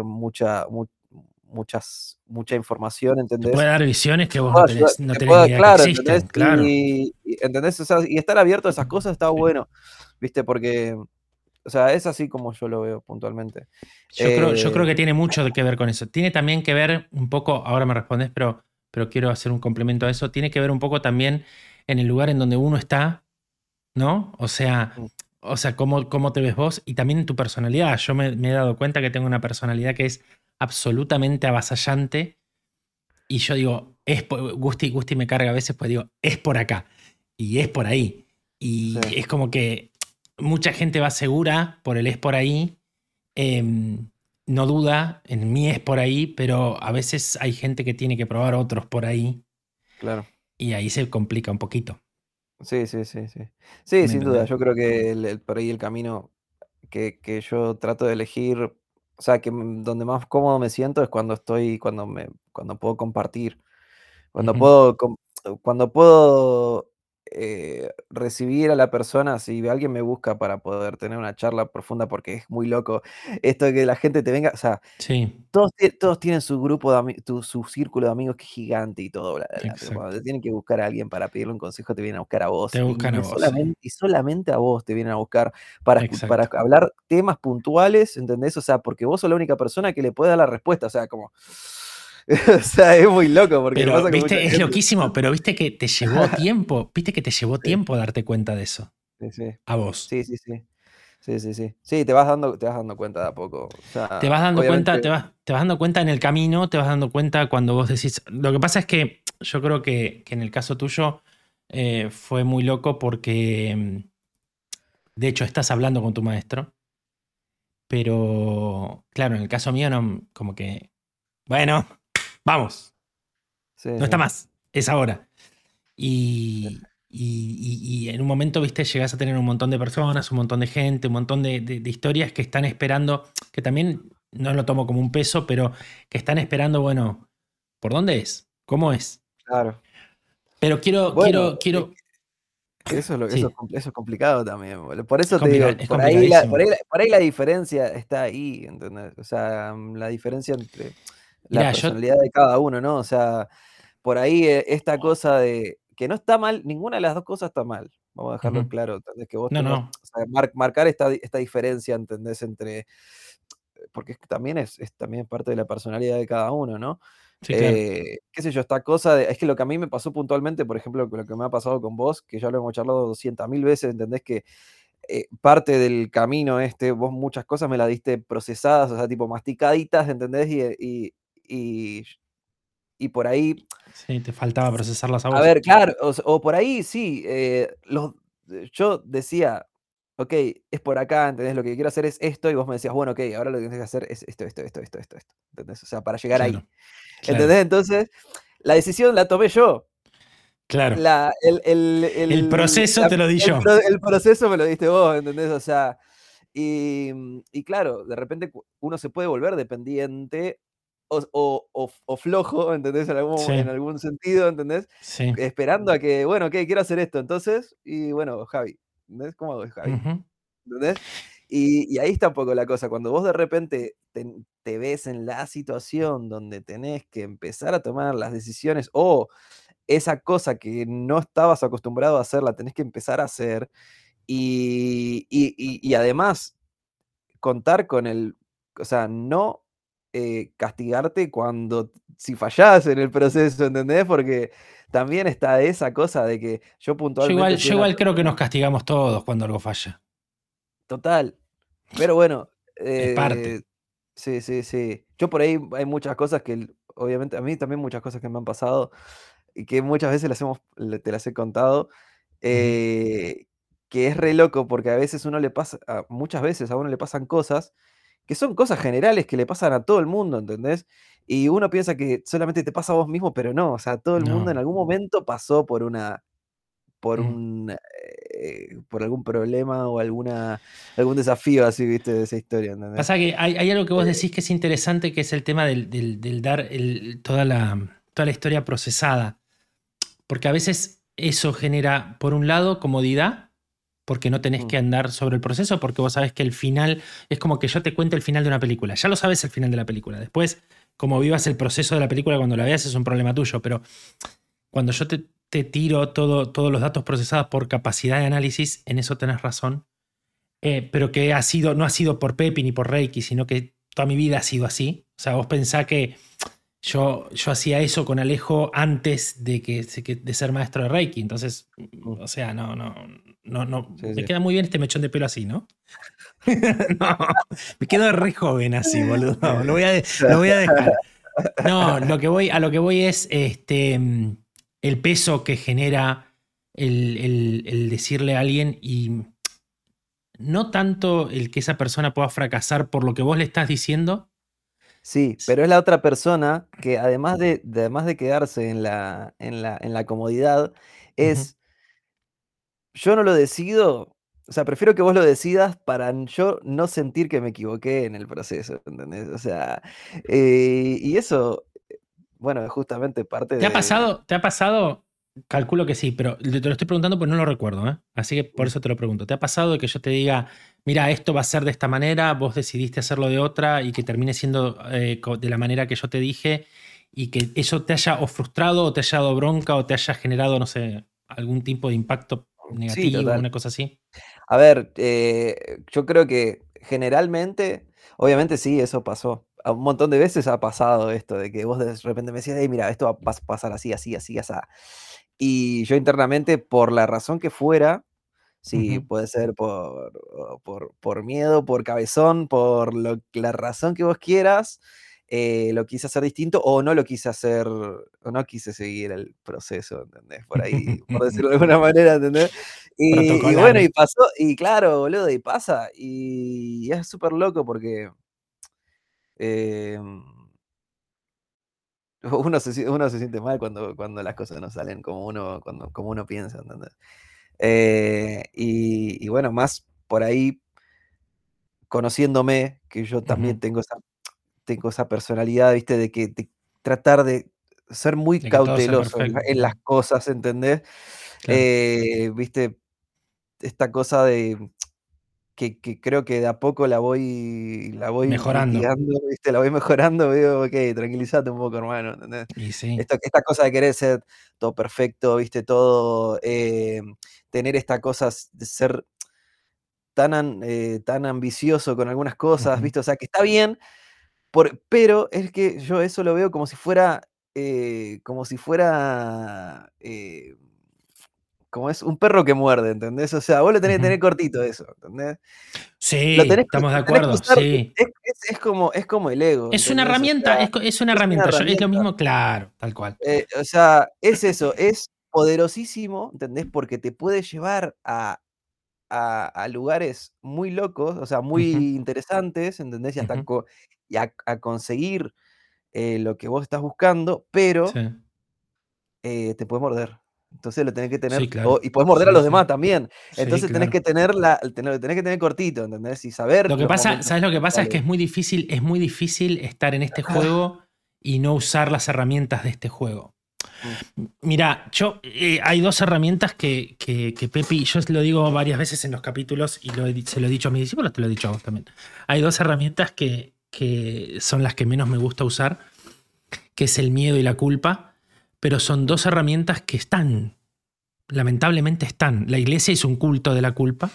mucha información, Te puede ¿entendés? dar visiones que Te vos no puede ayudar, tenés, no te tenés ni puede idea que claro, ¿entendés? existen, claro. ¿Entendés? O sea, y estar abierto a esas cosas está bueno, ¿viste? Porque, o sea, es así como yo lo veo puntualmente. Yo creo Eh que tiene mucho que ver con eso. Tiene también que ver un poco, ahora me respondes, pero quiero hacer un complemento a eso. Tiene que ver un poco también en el lugar en donde uno está, ¿no? mm, O sea, cómo te ves vos y también en tu personalidad. Yo me he dado cuenta que tengo una personalidad que es absolutamente avasallante. Y yo digo, Gusti me carga a veces, pues digo, es por acá y es por ahí. sí. Y es como que mucha gente va segura por el es por ahí, no duda, en mí es por ahí, pero a veces hay gente que tiene que probar otros por ahí Claro. y ahí se complica un poquito. Sí, sí, sí, sí. Sí, ¿Me sin duda. entendés? Yo creo que por ahí el camino que yo trato de elegir, o sea, donde más cómodo me siento es cuando puedo compartir, cuando Ujú. puedo cuando puedo, recibir a la persona, si alguien me busca para poder tener una charla profunda, porque es muy loco esto de que la gente te venga, o sea, Sí, todos tienen su grupo de su círculo de amigos que es gigante y todo, bla, bla, bla, pero cuando exacto. te tienen que buscar a alguien para pedirle un consejo, te vienen a buscar a vos, Te y buscan a no vos, sí. solamente a vos te vienen a buscar para Exacto. hablar temas puntuales, ¿entendés? O sea, porque vos sos la única persona que le puede dar la respuesta, o sea, como o sea, es muy loco, porque me Pero, pasa con mucha viste, es gente. loquísimo, pero viste que te llevó Sí, tiempo darte cuenta de eso, sí, sí. a vos. Sí, sí, sí. Sí, sí, sí. Sí, te vas dando cuenta de a poco. O Te sea, vas dando cuenta, obviamente, te vas dando cuenta en el camino, te vas dando cuenta cuando vos decís. Lo que pasa es que yo creo que en el caso tuyo fue muy loco porque, de hecho, estás hablando con tu maestro, pero claro, en el caso mío, no, como que, bueno, vamos, sí, no está sí. más, es ahora. Y en un momento, viste, llegás a tener un montón de personas, un montón de gente, un montón de historias que están esperando, que también no lo tomo como un peso, pero que están esperando, bueno, ¿por dónde es? ¿Cómo es? Claro. Pero Bueno, eso Sí, eso es complicado también, boludo. Por eso te digo, es complicadísimo. por ahí la diferencia está ahí, ¿entendés? O sea, la diferencia entre la Mirá, yo, personalidad de cada uno, ¿no? O sea, por ahí esta cosa de que no está mal, ninguna de las 2 cosas está mal. Vamos a dejarlo ujú, claro, ¿entendés? Que vos no, tengas, no, o sea, marcar esta diferencia, ¿entendés? Entre porque también es también parte de la personalidad de cada uno, ¿no? sí, claro, Qué sé yo, esta cosa de es que lo que a mí me pasó puntualmente, por ejemplo, con lo que me ha pasado con vos, que ya lo hemos charlado 200.000 veces, entendés que, parte del camino vos muchas cosas me las diste procesadas, o sea, tipo masticaditas, ¿entendés? Y y por ahí, sí, te faltaba procesarlas a a vos. ver, claro, o por ahí sí, yo decía: "Okey, es por acá", ¿entendés? Lo que quiero hacer es esto, y vos me decías: "Bueno, okey, ahora lo que tienes que hacer es esto", ¿entendés? O sea, para llegar ahí, Claro, claro, ¿entendés? Entonces, la decisión la tomé yo. claro. La El proceso te lo di yo. el proceso me lo diste vos, ¿entendés? O sea, y claro, de repente uno se puede volver dependiente o flojo, ¿entendés? En Sí, algún sentido, ¿entendés? sí. Esperando a que, bueno, okey, quiero hacer esto, entonces, y bueno, Javi, ¿entendés? ¿Cómo hago, Javi? Ujú. ¿Entendés? Y ahí está un poco la cosa, cuando vos de repente te ves en la situación donde tenés que empezar a tomar las decisiones o esa cosa que no estabas acostumbrado a hacer, la tenés que empezar a hacer, y además contar con o sea, no, castigarte si fallás en el proceso, ¿entendés? Porque también está esa cosa de que yo puntualmente soy Yo una igual creo que persona nos castigamos todos cuando algo falla. total, pero bueno, Es parte. sí, sí, sí. Yo por ahí hay muchas cosas obviamente, a mí también muchas cosas que me han pasado y que muchas veces te las he contado, Ujú. eh, que es re loco porque a veces muchas veces a uno le pasan cosas que son cosas generales que le pasan a todo el mundo, ¿entendés? Y uno piensa que solamente te pasa a vos mismo, pero no, o sea, todo el mundo No. en algún momento pasó Mm. por algún problema o algún desafío así, ¿viste? De esa historia, ¿entendés? Pasa que hay algo que vos Eh, decís que es interesante, que es el tema del dar toda la historia procesada. Porque a veces eso genera, por un lado, comodidad, porque no tenés mm, que andar sobre el proceso, porque vos sabés que el final es como que yo te cuente el final de una película. Ya lo sabes el final de la película. Después, como vivas el proceso de la película cuando la veas es un problema tuyo, pero cuando yo te tiro todos los datos procesados por capacidad de análisis, en eso tenés razón. Pero que no ha sido por Pepi ni por Reiki, sino que toda mi vida ha sido así. O sea, vos pensá que yo hacía eso con Alejo antes de ser maestro de Reiki. Entonces, mm, o sea, no. sí, Me sí. queda muy bien este mechón de pelo así, ¿no? No, me quedo re joven así, boludo. Lo voy a dejar. No, a lo que voy es el peso que genera el decirle a alguien y no tanto el que esa persona pueda fracasar por lo que vos le estás diciendo. Sí, pero es la otra persona que además de quedarse en la comodidad, Ujú. es: "Yo no lo decido", o sea, prefiero que vos lo decidas para yo no sentir que me equivoqué en el proceso, ¿entendés? O sea, y eso, bueno, es justamente parte ¿Te ha de pasado? ¿Te ha pasado? Calculo que sí, pero te lo estoy preguntando porque no lo recuerdo, ¿eh? Así que por mm, eso te lo pregunto. ¿Te ha pasado de que yo te diga, mira, esto va a ser de esta manera, vos decidiste hacerlo de otra y que termine siendo de la manera que yo te dije y que eso te haya o frustrado o te haya dado bronca o te haya generado, no sé, algún tipo de impacto sí, negativo, total. una cosa así? A ver, yo creo que generalmente, obviamente sí, eso pasó. A un montón de veces ha pasado esto, de que vos de repente me decías: "Hey, mira, esto va a pasar así, así, así, asá". Y yo internamente, por la razón que fuera, Sí, Ujú. puede ser por miedo, por cabezón, por la razón que vos quieras, lo quise hacer distinto o no lo quise hacer, o no quise seguir el proceso, ¿entendés? Por ahí, por decirlo de alguna manera, ¿entendés? Y bueno, y Protocolar. pasó, y claro, boludo, y pasa, y es súper loco porque em, uno se siente mal cuando las cosas no salen como uno piensa, ¿entendés? Y bueno, más por ahí conociéndome, que yo Ujú. también tengo esa personalidad, ¿viste? De tratar de ser muy De que todo sea cauteloso en perfecto. las Ujú. cosas, ¿entendés? Claro. ¿Viste? Esta cosa de que creo que de a poco la voy Mejorando. mitigando, ¿viste? La voy mejorando, digo: "Okey, tranquilízate un poco, hermano", ¿entendés? Y sí. Esta cosa de querer ser todo perfecto, ¿viste? Todo, tener esta cosa de ser tan ambicioso con algunas cosas, Ujú. ¿viste? O sea, que está bien, pero es que yo eso lo veo como es un perro que muerde, ¿entendés? O sea, vos lo tenés que Ujú. tener cortito eso, ¿entendés? Lo Sí, tenés que estamos de lo tenés que acuerdo, usar, sí. es como el ego, Es una ¿entendés? O herramienta, sea, es una es una herramienta. Es lo herramienta. mismo, claro, tal cual. O sea, es eso, es poderosísimo, ¿entendés? Porque te puede llevar a lugares muy locos, o sea, Ujú, muy interesantes, ¿entendés? Y hasta ujú. a conseguir, lo que vos estás buscando, pero, Sí, te puede morder. Entonces lo tenés que sí, tener claro. y podés morder a Sí, los sí. demás también. Sí, Entonces tenés claro. que lo tenés que tener cortito, ¿entendés? Y saber Lo que los pasa, momentos ¿sabes lo en que los pasa? Es que cuales es muy difícil estar en este juego y no usar las herramientas de este juego. mm, Mira, hay dos herramientas que Pepi, yo lo digo varias veces en los capítulos y se lo he dicho a mis discípulos, te lo he dicho a vos también. Hay dos herramientas que son las que menos me gusta usar, que es el miedo y la culpa, pero son mm, dos herramientas que están, lamentablemente están. La iglesia hizo un culto de la culpa,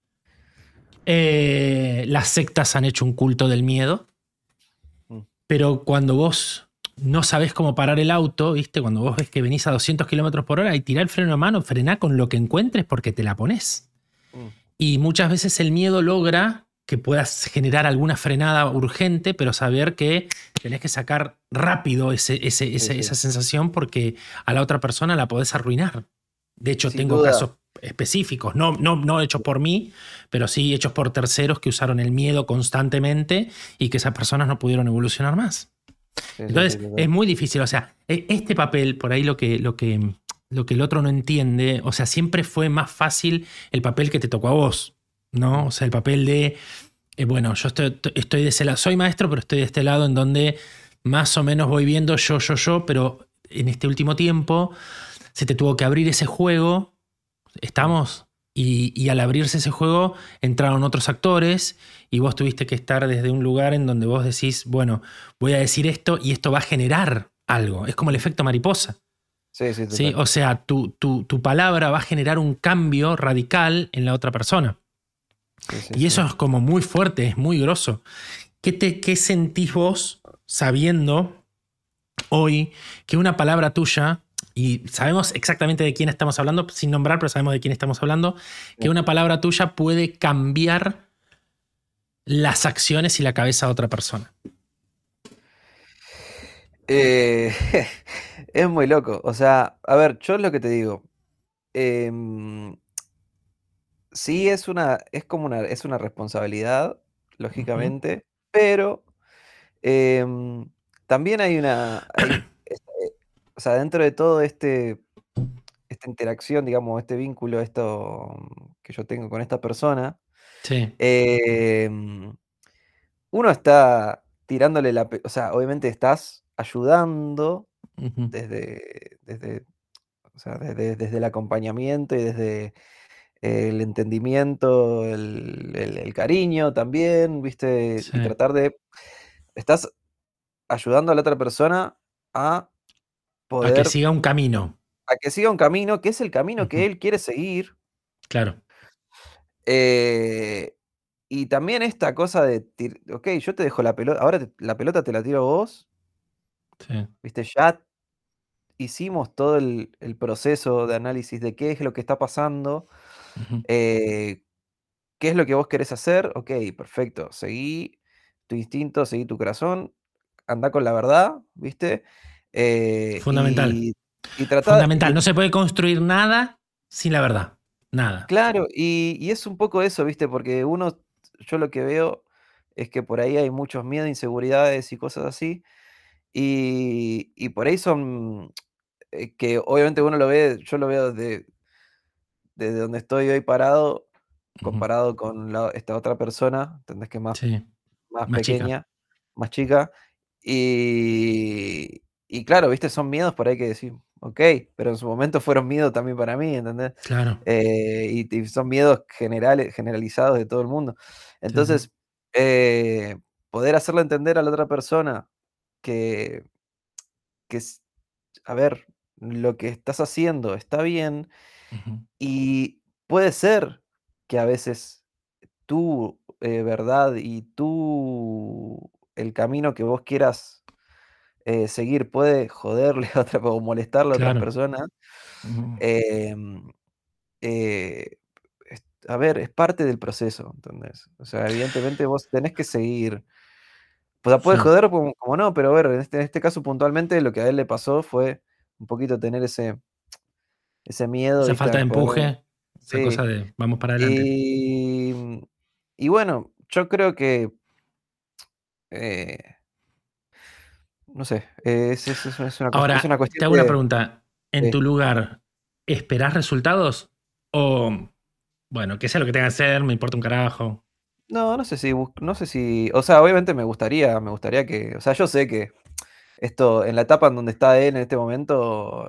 las sectas han hecho un culto del miedo, mm, pero cuando vos no sabés cómo parar el auto, ¿viste? Cuando vos ves que venís a 200 kilómetros por hora y tirá el freno a mano, frená con lo que encuentres porque te la pones. mm. Y muchas veces el miedo logra que puedas generar alguna frenada urgente, pero saber que tenés que sacar rápido Sí, sí. esa sensación porque a la otra persona la podés arruinar. De hecho, Sin tengo duda. casos específicos, no hechos por mí, pero sí hechos por terceros que usaron el miedo constantemente y que esas personas no pudieron evolucionar más. Sí, sí, sí, Entonces, total. es muy difícil. O sea, este papel, por ahí lo que el otro no entiende, o sea, siempre fue más fácil el papel que te tocó a vos, ¿no? Mm, O sea, el papel de, bueno, yo estoy de ese lado, soy maestro, pero estoy de este lado en donde más o menos voy viendo yo, pero en este último tiempo se te tuvo que abrir ese juego, mm, estamos, y al abrirse ese juego entraron otros actores y vos tuviste que estar desde un lugar en donde vos decís, bueno, voy a decir esto y esto va a generar algo. Es como el mm. efecto mariposa. Sí, sí, ¿Sí? total. O sea, tu palabra va a generar un cambio radical en la otra persona. Sí, sí, Y eso sí. es como muy fuerte, es muy grosso. ¿Qué sentís vos sabiendo hoy que una palabra tuya, y sabemos exactamente de quién estamos hablando, sin nombrar, pero sabemos de quién estamos hablando, que Sí. una palabra tuya puede cambiar las acciones y la cabeza de otra persona? Eh, es muy loco. O sea, a ver, yo es lo que te digo. em, sí es una responsabilidad, Ujú, lógicamente, pero, em, también o sea, dentro de todo esta interacción, digamos, este vínculo, esto que yo tengo con esta persona, sí. em, uno está tirándole o sea, obviamente estás ayudando Ujú, desde o sea, desde el acompañamiento y desde el entendimiento, el cariño también, ¿viste? sí. Y tratar de estás ayudando a la otra persona a A que poder siga un camino. a que siga un camino, que es el camino Ujú, que él quiere seguir, claro. eh, y también esta cosa de okey, yo te dejo la pelota, ahora la pelota te la tiro a vos, Sí. ¿viste? Ya, hicimos todo el proceso de análisis de qué es lo que está pasando, Ujú. eh, qué es lo que vos querés hacer, ok, perfecto, seguí tu instinto, seguí tu corazón, anda con la verdad, ¿viste? Fundamental. Y tratá, Fundamental. No se puede construir nada sin la verdad. Nada. claro, y es un poco eso, ¿viste? Porque yo lo que veo es que por ahí hay muchos miedos, inseguridades y cosas así, y por ahí son, que obviamente uno lo ve, yo lo veo desde donde estoy hoy parado, Ujú. comparado con esta otra persona, ¿entendés? Que es Sí. más Más chica. pequeña, más chica, y claro, ¿viste? Son miedos por ahí que decís, okey, pero en su momento fueron miedos también para mí, ¿entendés? Claro. Y son miedos generalizados de todo el mundo. Sí, sí. Entonces, eh, poder hacerle entender a la otra persona que que s a ver, lo que estás haciendo está bien, Ujú. y puede ser que a veces tu, verdad y el camino que vos quieras, seguir puede joderle a otra o molestarle a otras Claro. personas, Ujú. em, eh, a ver, es parte del proceso, ¿entendés? O sea, evidentemente vos tenés que seguir. O sea, puede Sí. joder como no, pero a ver, en este caso puntualmente lo que a él le pasó fue un poquito tener ese miedo, Esa ¿viste? falta A de poder, empuje, esa cosa sí. de vamos para adelante. Y, y bueno, yo creo que, eh, no sé, es Ahora, una te cuestión hago una de, pregunta. En sí. tu lugar, ¿esperás resultados? O, bueno, que sea lo que tenga que hacer, me importa un carajo. No, no sé si, o sea, obviamente me gustaría que, o sea, yo sé que esto, en la etapa en donde está él en este momento,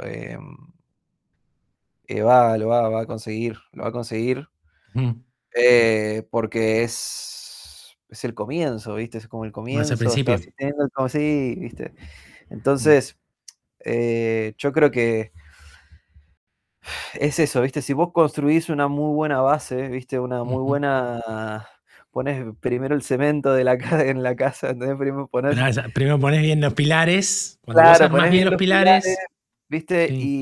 lo va a conseguir, lo va a conseguir, Ujú. porque es el comienzo, ¿viste? Es como el No es el comienzo, está principio. así teniendo el como sí, ¿viste? Mm. Entonces, yo creo que es eso, ¿viste? Si vos construís una muy buena base, ¿viste? Una muy Ujú. buena, pones primero el cemento en la casa, ¿entendés? Primero pones, Primero pones bien los pilares. Cuando vos claro, armás pones bien bien los los pilares, pilares, ¿viste? sí.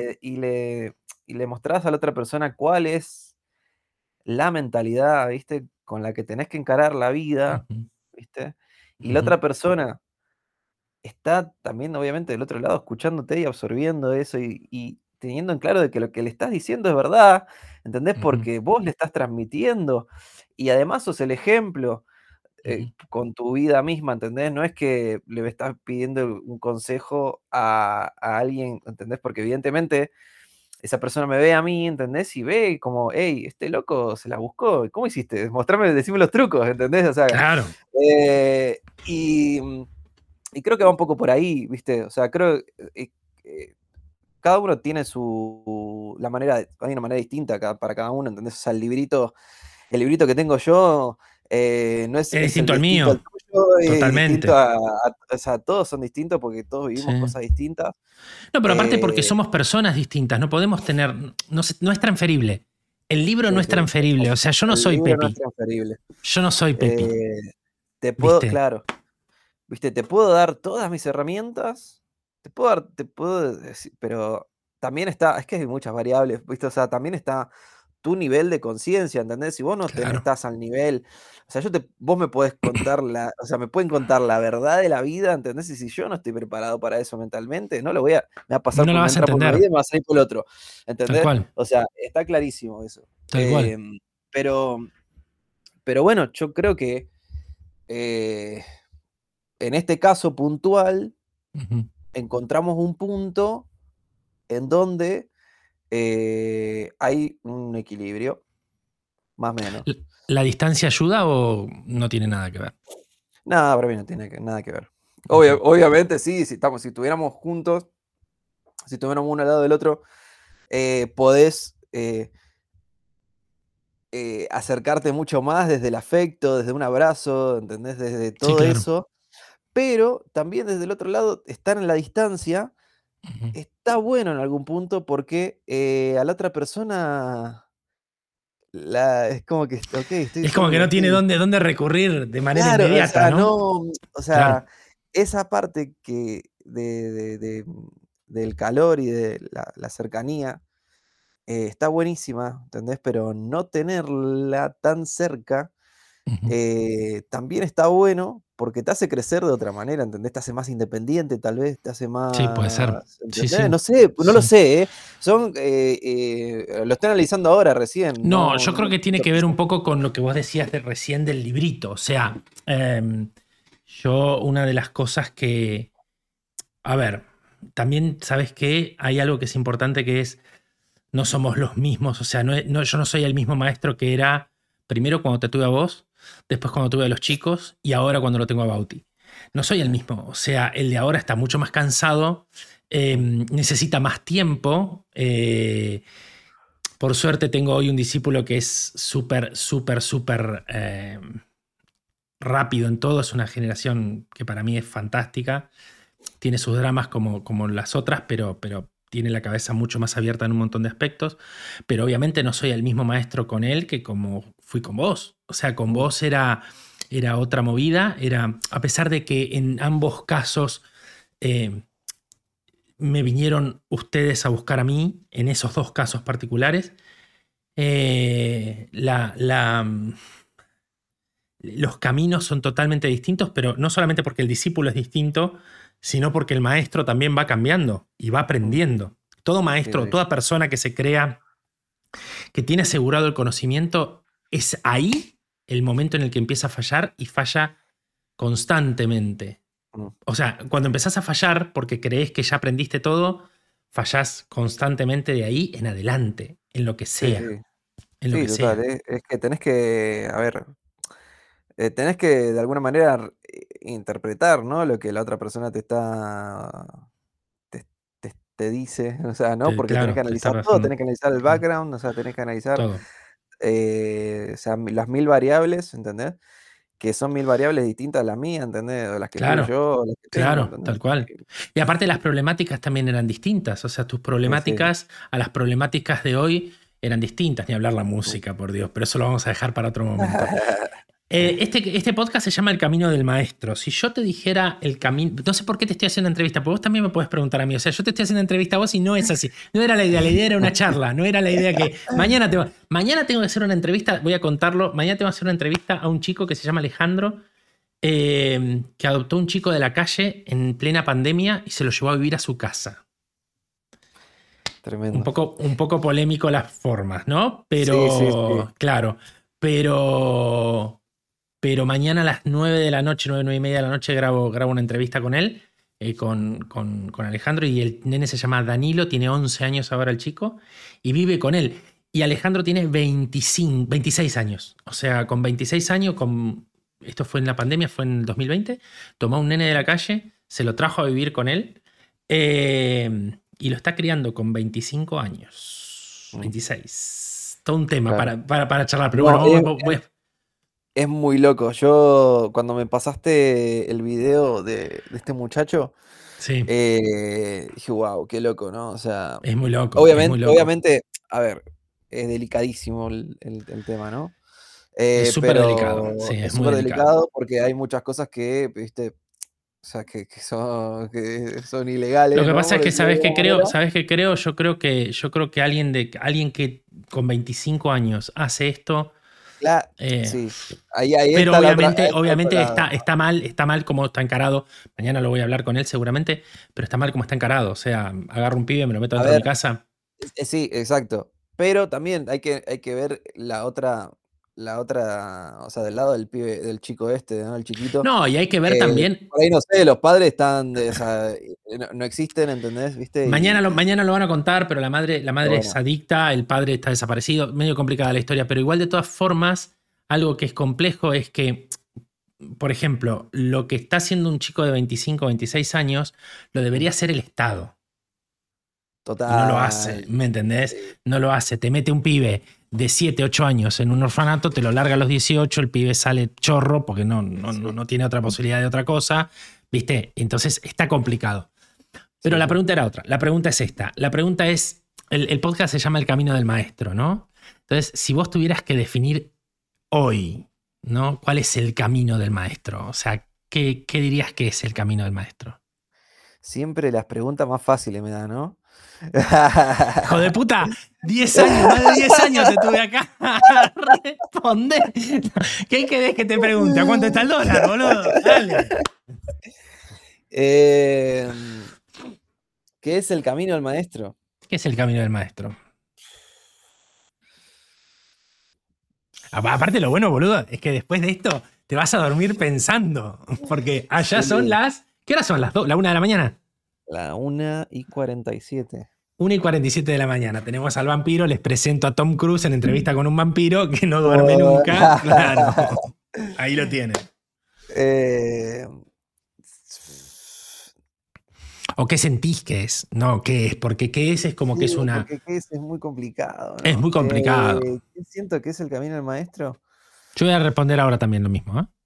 Y le mostrás a la otra persona cuál es la mentalidad, ¿viste? Con la que tenés que encarar la vida, Ujú. ¿viste? Y la Ujú. otra persona está también, obviamente, del otro lado escuchándote y absorbiendo eso y teniendo en claro de que lo que le estás diciendo es verdad, ¿entendés? Ujú. Porque vos le estás transmitiendo y además sos el ejemplo, Ujú. con tu vida misma, ¿entendés? No es que le estás pidiendo un consejo a alguien, ¿entendés? Porque evidentemente esa persona me ve a mí, ¿entendés? Y ve como, hey, este loco se la buscó, ¿cómo hiciste? Mostrame, decime los trucos, ¿entendés? O sea, Claro. eh, y, y creo que va un poco por ahí, ¿viste? O sea, creo, eh, cada uno tiene la manera, hay una manera distinta para cada uno, ¿entendés? O sea, el librito que tengo yo, no es, Es es el distinto al distinto al mío. tuyo, y distinto Totalmente. o sea, todos son distintos porque todos Sí. vivimos cosas distintas. No, pero aparte porque Eh, somos personas distintas, no podemos tener, no es transferible. El libro no sí, es sí, transferible, o sea, yo no el soy libro no es Pepi, transferible. yo no soy Pepi, Eh, ¿viste? claro, ¿viste? Te puedo dar todas mis herramientas, te puedo decir, pero también es que hay muchas variables, ¿viste? O sea, también está tu nivel de conciencia, ¿entendés? Si vos no Claro. estás al nivel, o sea, vos me podés contar o sea, me pueden contar la verdad de la vida, ¿entendés? Y si yo no estoy preparado para eso mentalmente, no lo me va a pasar No la me va a vas a entrar por una entender, vida y me va a salir por el otro, tal ¿entendés? cual, O sea, está clarísimo eso. tal cual. Pero, pero bueno, yo creo que, eh, en este caso puntual, Ujú. encontramos un punto en donde, hay un equilibrio, más o menos. ¿La distancia ayuda o no tiene nada que ver? Nada, para mí no tiene nada que ver. Ok. Obviamente sí, si estuviéramos juntos, si estuviéramos uno al lado del otro, podés, acercarte mucho más desde el afecto, desde un abrazo, ¿entendés? Desde Sí, todo claro. eso, pero también desde el otro lado, estar en la distancia Ujú. está bueno en algún punto porque, a la otra persona es como que, okey, estoy Es como solo que no tiene contigo. dónde recurrir de manera Claro, o inmediata, sea, ¿no? no, o Claro. sea, esa parte que del calor y de la cercanía, está buenísima, ¿entendés? Pero no tenerla tan cerca Ujú. también está bueno porque te hace crecer de otra manera, ¿entendés? Te hace más independiente, tal vez, te hace Sí, puede ser. más, Sí, ¿entendés? sí. No sé, no lo Sí. sé, ¿eh? Lo estoy analizando ahora recién, No, no, yo no creo lo que tiene tengo que ver un presente. poco con lo que vos decías de recién del librito. O sea, yo una de las cosas que, a ver, también sabes que hay algo que es importante que es, no somos los mismos, o sea, yo no soy el mismo maestro que era primero cuando te tuve a vos, después cuando tuve a los chicos y ahora cuando lo tengo a Bauti. No soy el Sí, mismo, o sea, el de ahora está mucho más cansado, mm, necesita más tiempo. Por suerte tengo hoy un discípulo que es súper, súper, súper rápido en todo, es una generación que para mí es fantástica, tiene sus dramas como las otras, pero tiene la cabeza mucho más abierta en un montón de aspectos, pero obviamente no soy el mismo maestro con él que como fui con vos. O sea, con mm, vos era otra movida, a pesar de que en ambos casos eh, me vinieron ustedes a buscar a mí, en esos dos casos particulares, eh, la, la, los caminos son totalmente distintos, pero no solamente porque el discípulo es distinto, sino porque el maestro también va cambiando y va mm, aprendiendo. Todo sí, maestro, sí, toda persona que se crea que tiene asegurado el conocimiento, es ahí el momento en el que empieza a fallar y falla constantemente. mm, O sea, cuando empezás a fallar porque crees que ya aprendiste todo, fallás constantemente de ahí en adelante, en lo que sí, sea, sí, en lo sí, que total, sea. es que tenés que, a ver, tenés que de alguna manera interpretar, ¿no? Lo que la otra persona te, te dice, o sea, ¿no? Porque tenés que Claro, te está analizar todo, pasando tenés que analizar el background, o sea, tenés que analizar, todo. o sea, las 1000 variables, ¿entendés? Que son 1000 variables distintas a las mías, ¿entendés? O las que tuve Claro, yo, o las que tengo, claro, ¿entendés? tal cual. Y aparte las problemáticas también eran distintas, o sea, tus Sí, sí. problemáticas a las problemáticas de hoy eran distintas, ni hablar la Mm. música, por Dios, pero eso lo vamos a dejar para otro momento. Este podcast se llama El Camino del Maestro. Si yo te dijera el camino, no sé por qué te estoy haciendo entrevista, porque vos también me puedes preguntar a mí. O sea, yo te estoy haciendo entrevista a vos y no es así. No era la idea era una charla, no era la idea que mañana tengo que hacer una entrevista, voy a contarlo, mañana tengo que hacer una entrevista a un chico que se llama Alejandro, que adoptó un chico de la calle en plena pandemia y se lo llevó a vivir a su casa. Tremendo. Un poco polémico las formas, ¿no? Sí, sí, sí. Pero, claro, pero mañana a las 9 de la noche, 9, 9 y media de la noche, grabo una entrevista con él, con Alejandro, y el nene se llama Danilo, tiene 11 años ahora el chico, y vive con él. Y Alejandro tiene 26 años. O sea, con 26 años, esto fue en la pandemia, fue en el 2020, tomó a un nene de la calle, se lo trajo a vivir con él, y lo está criando con 25 años, Mm, 26. Todo un tema claro. para charlar, pero bueno, No, es muy loco. Yo, cuando me pasaste el video de este muchacho, sí. dije, wow, qué loco, ¿no? O sea, Es muy loco, es muy obviamente, loco. obviamente, a ver, es delicadísimo el tema, ¿no? Es súper delicado, sí, Pero es es muy súper delicado. delicado porque hay muchas cosas que, viste, o sea, que son Lo ilegales, que ¿no? pasa Por es que decirlo de alguna manera. ¿sabes qué creo? Yo creo que alguien que con 25 años hace esto, eh, Sí, ahí pero está la otra, obviamente, ahí está el otro obviamente lado. está mal como está encarado. Mañana lo voy a hablar con él seguramente, pero está mal como está encarado. O sea, agarro un pibe, me lo meto A dentro de mi ver, casa. sí, exacto. Pero también hay que ver la otra, o sea, del lado del pibe, del chico este, ¿no? El chiquito, No, y hay que ver también. por ahí no sé, los padres están o sea, no existen, ¿entendés? ¿Viste? Mañana lo van a contar, pero la Pero madre es bueno, adicta, el padre está desaparecido, medio complicada la historia, pero igual de todas formas, algo que es complejo es que, por ejemplo, lo que está haciendo un chico de 25 o 26 años, lo mm, debería hacer el Estado. Y no lo total. hace, ¿me entendés? Sí, No lo hace. Te mete un pibe de 7 8 años en un orfanato, te lo larga a los 18, el pibe sale chorro porque sí, no tiene otra posibilidad de otra cosa, ¿viste? Entonces está complicado. Pero sí, la sí. pregunta era otra. La pregunta es esta. La pregunta es, el podcast se llama El Camino del Maestro, ¿no? Entonces, si vos tuvieras que definir hoy, ¿no? ¿Cuál es el camino del maestro? O sea, ¿qué dirías que es el camino del maestro? Siempre las preguntas más fáciles me dan, ¿no? Hijo de puta, 10 años, más de 10 años estuve acá. Responde. ¿Qué querés que te pregunte? ¿A cuánto está el dólar, boludo? Dale. ¿Qué es el camino del maestro? ¿Qué es el camino del maestro? Aparte, lo bueno, boludo, es que después de esto te vas a dormir pensando. Porque allá son Sí, las. ¿Qué hora son las 2? ¿La 1 de la mañana? la 1:47. 1:47 de la mañana. Tenemos al vampiro, les presento a Tom Cruise en entrevista con un vampiro que no duerme Oh. nunca. Claro. Ahí lo tiene. Eh, ¿O qué sentís que es? No, ¿qué es? Porque ¿qué es como que es sí, una. porque ¿qué es muy complicado, Es ¿no? muy complicado. ¿Qué siento que es el camino del maestro? Yo voy a responder ahora también lo mismo, ¿eh?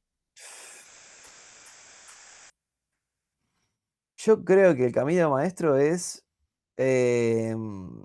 Yo creo que el camino del maestro em,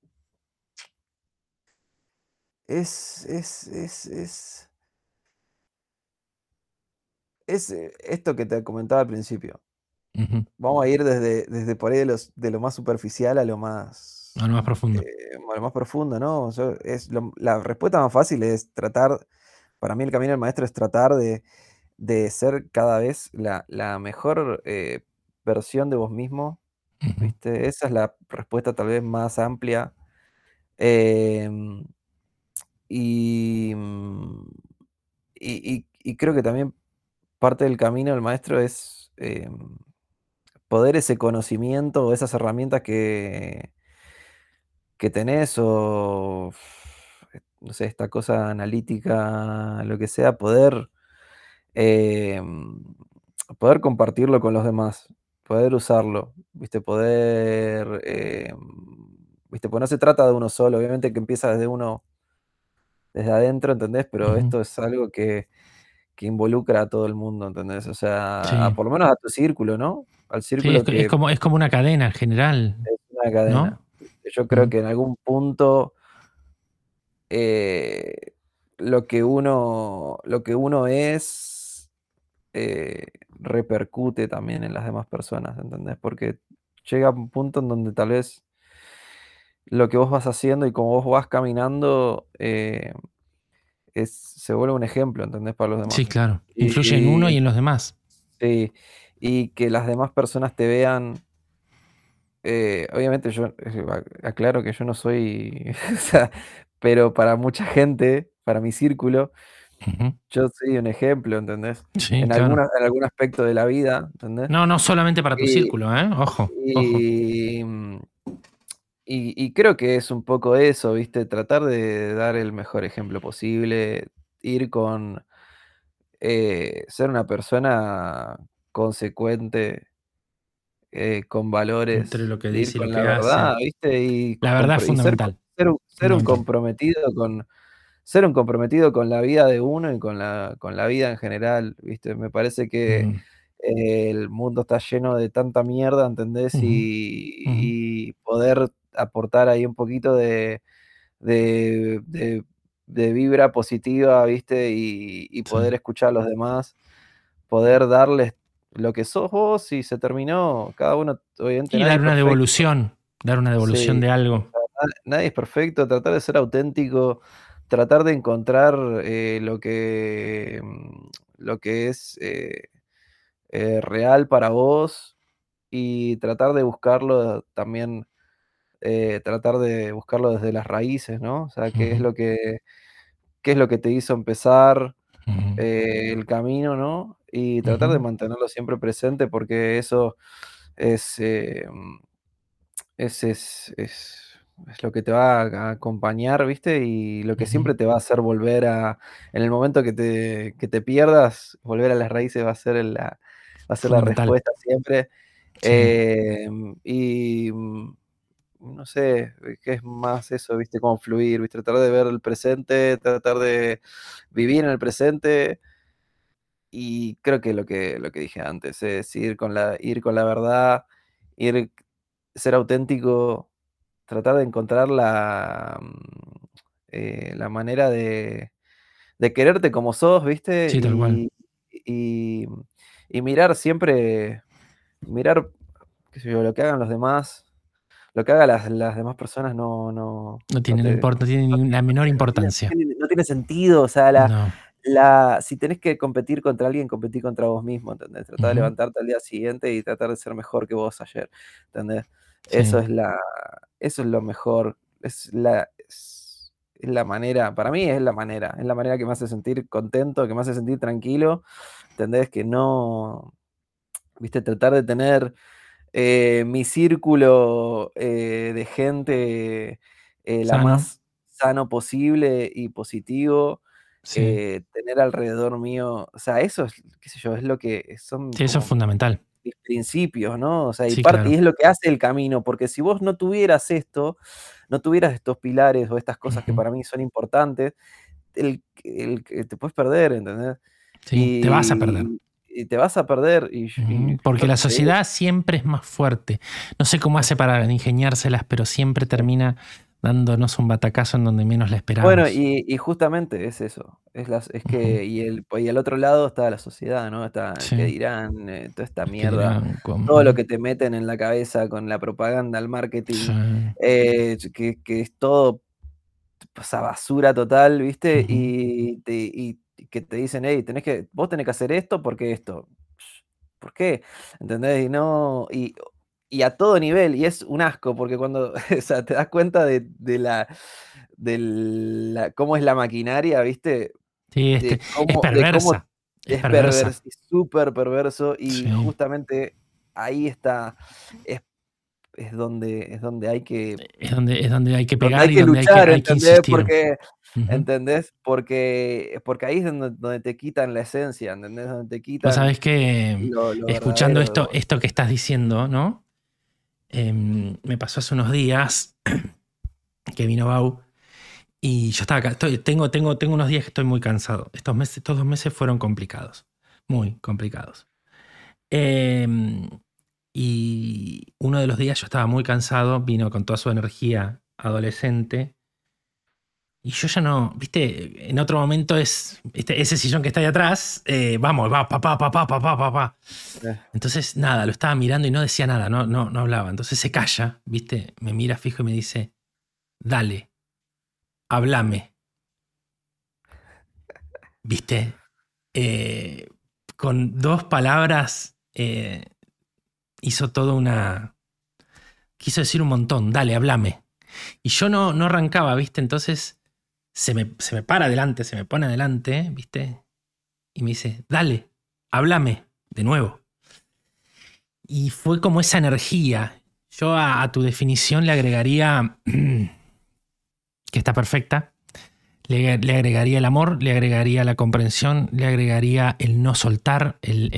es esto que te comentaba al principio. Ujú. Vamos a ir desde por ahí de lo más superficial A lo más profundo. a lo más profundo, ¿no? La respuesta más fácil es tratar, para mí el camino del maestro es tratar de ser cada vez la mejor versión de vos mismo, Ujú. ¿viste? Esa es la respuesta tal vez más amplia. Em, y, mm, y creo que también parte del camino del maestro es poder ese conocimiento o esas herramientas que tenés o, no sé, esta cosa analítica, lo que sea, em, poder compartirlo con los demás, poder usarlo, ¿viste? ¿Viste? Pues no se trata de uno solo, obviamente que empieza desde uno, desde adentro, ¿entendés? Pero Ujú. esto es algo que involucra a todo el mundo, ¿entendés? O sea, Sí. por lo menos a tu círculo, ¿no? Al Sí, círculo que es como una cadena general, es una cadena. ¿no? Yo creo Mm. que en algún punto eh, lo que uno es, repercute también en las demás personas, ¿entendés? Porque llega un punto en donde tal vez lo que vos vas haciendo y como vos vas caminando, se vuelve un ejemplo, ¿entendés? Para los Sí, demás. claro. Influye en uno Y y en los demás. sí, y que las demás personas te vean, obviamente yo, aclaro que yo no soy, o sea, pero para mucha gente, para mi círculo, Ujú. yo soy un ejemplo, ¿entendés? Sí, claro. En algún aspecto de la vida, ¿entendés? No, no solamente para tu Y círculo, ¿eh? Ojo, ojo. y, mm, y creo que es un poco eso, ¿viste? Tratar de dar el mejor ejemplo posible, ir con, ser una persona consecuente, con Entre valores, lo que de ir dice y lo con la que hace. verdad, ¿viste? Y La verdad es fundamental. ser un Fundamental. comprometido con la vida de uno y con la vida en general, ¿viste? Me parece que Mm. el mundo está lleno de tanta mierda, ¿entendés? Ujú. Ujú. Y poder aportar ahí un poquito de de de vibra positiva, ¿viste? Y Sí. poder escuchar a los demás, poder darles lo que sos vos y se terminó. Cada uno, obviamente, Y nadie es perfecto. dar una devolución Sí, de algo. nadie es perfecto, tratar de ser auténtico, tratar de encontrar, lo que es, real para vos y tratar de buscarlo también, tratar de buscarlo desde las raíces, ¿no? O sea, Ujú. qué es lo que te hizo empezar, Ujú. el camino, ¿no? Y tratar de Ujú. mantenerlo siempre presente, porque eso es, es lo que te va a acompañar, ¿viste? Y lo que Ujú. siempre te va a hacer volver en el momento que te pierdas, volver a las raíces va a ser la Fundamental. respuesta siempre. Sí. Y, no sé, qué es más eso, ¿viste? Como fluir, ¿viste? Tratar de ver el presente, tratar de vivir en el presente. Y creo que lo que dije antes es ir con la verdad, ir ser auténtico, tratar de encontrar la manera de quererte como sos, ¿viste? Sí, tal cual. Y mirar siempre mirar qué sé yo, lo que hagan los demás, lo que hagan las demás personas No no tiene, te no tiene ni la menor no importancia. tiene, no tiene sentido, o sea, No. si tenés que competir contra alguien, competí contra vos mismo, ¿entendés? Tratá de Ujú. levantarte al día siguiente y tratar de ser mejor que vos ayer, ¿entendés? Sí, Eso es lo mejor, es la manera, para mí es la manera que me hace sentir contento, que me hace sentir tranquilo, ¿entendés? Que no, viste, tratar de tener mi círculo de gente la sano. más sano posible y positivo, Sí, tener alrededor mío, o sea, eso es, qué sé yo, es lo que son sí, eso es como fundamental. mis principios, ¿no? O sea, Sí, y claro. es lo que hace el camino, porque si vos no tuvieras esto, no tuvieras estos pilares o estas cosas que Ujú. para mí son importantes, que te puedes perder, ¿entendés? Sí, te vas a perder. Y te vas a perder, y Porque yo la qué sé. sociedad siempre es más fuerte. No sé cómo hace para ingeniárselas, pero siempre termina dándonos un batacazo en donde menos la Bueno, esperamos. y justamente es eso, es Ujú. que y al otro lado está la sociedad, ¿no? Está el qué Sí, dirán, toda esta que mierda, dirán, todo lo que te meten en la cabeza con la propaganda, el sí, marketing, que es todo, pues, esa basura total, ¿viste? ujú. Y que te dicen: "Hey, vos tenés que hacer esto porque esto". ¿Por qué? ¿Entendés? Y a todo nivel, y es un asco, porque cuando, o sea, te das cuenta de cómo es la maquinaria, ¿viste? Sí, es De cómo perversa. Es es perversa. es súper perverso, y Sí. justamente ahí está, es es donde hay que Es donde hay que pegar y donde luchar, hay que ¿entendés? insistir. Ujú. ¿Entendés? Porque ahí es donde te quitan la esencia, ¿entendés? Donde te Vos quitan sabés que lo escuchando verdadero de vos. esto que estás diciendo, ¿no? Me pasó hace unos días que vino Bau y yo estaba acá. Tengo unos días que estoy muy cansado. Estos 2 meses fueron complicados. Muy complicados. Em, y uno de los días yo estaba muy cansado, vino con toda su energía adolescente. Y yo ya no, viste, en otro momento ese sillón que está ahí atrás, vamos, va, papá, papá, papá, papá. Eh, Entonces, nada, lo estaba mirando y no decía nada, no hablaba. Entonces se calla, viste, me mira fijo y me dice, dale, háblame, viste. Eh, con 2 palabras hizo toda una... Quiso decir un montón, dale, háblame. Y yo no arrancaba, viste, entonces se me para adelante, se me pone adelante, viste, y me dice, dale, háblame de nuevo. Y fue como esa energía. Yo a tu definición le agregaría, que está perfecta, le agregaría el amor, le agregaría la comprensión, le agregaría el no soltar,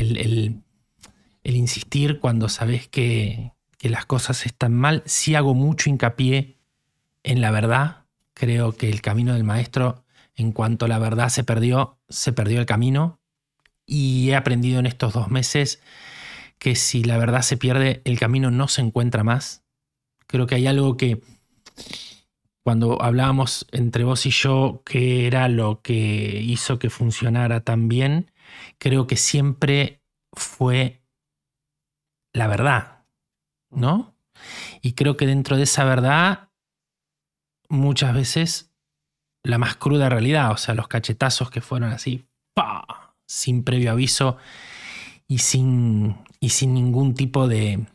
el insistir cuando sabes que las cosas están mal. Sí hago mucho hincapié en la verdad. Creo que el camino del maestro, en cuanto la verdad se perdió el camino. Y he aprendido en estos 2 meses que si la verdad se pierde, el camino no se encuentra más. Creo que hay algo que cuando hablábamos entre vos y yo, que era lo que hizo que funcionara tan bien, creo que siempre fue la verdad, mm, ¿no? Y creo que dentro de esa verdad, muchas veces la más cruda realidad, o sea, los cachetazos que fueron así, ¡pa! Sin previo aviso y sin ningún tipo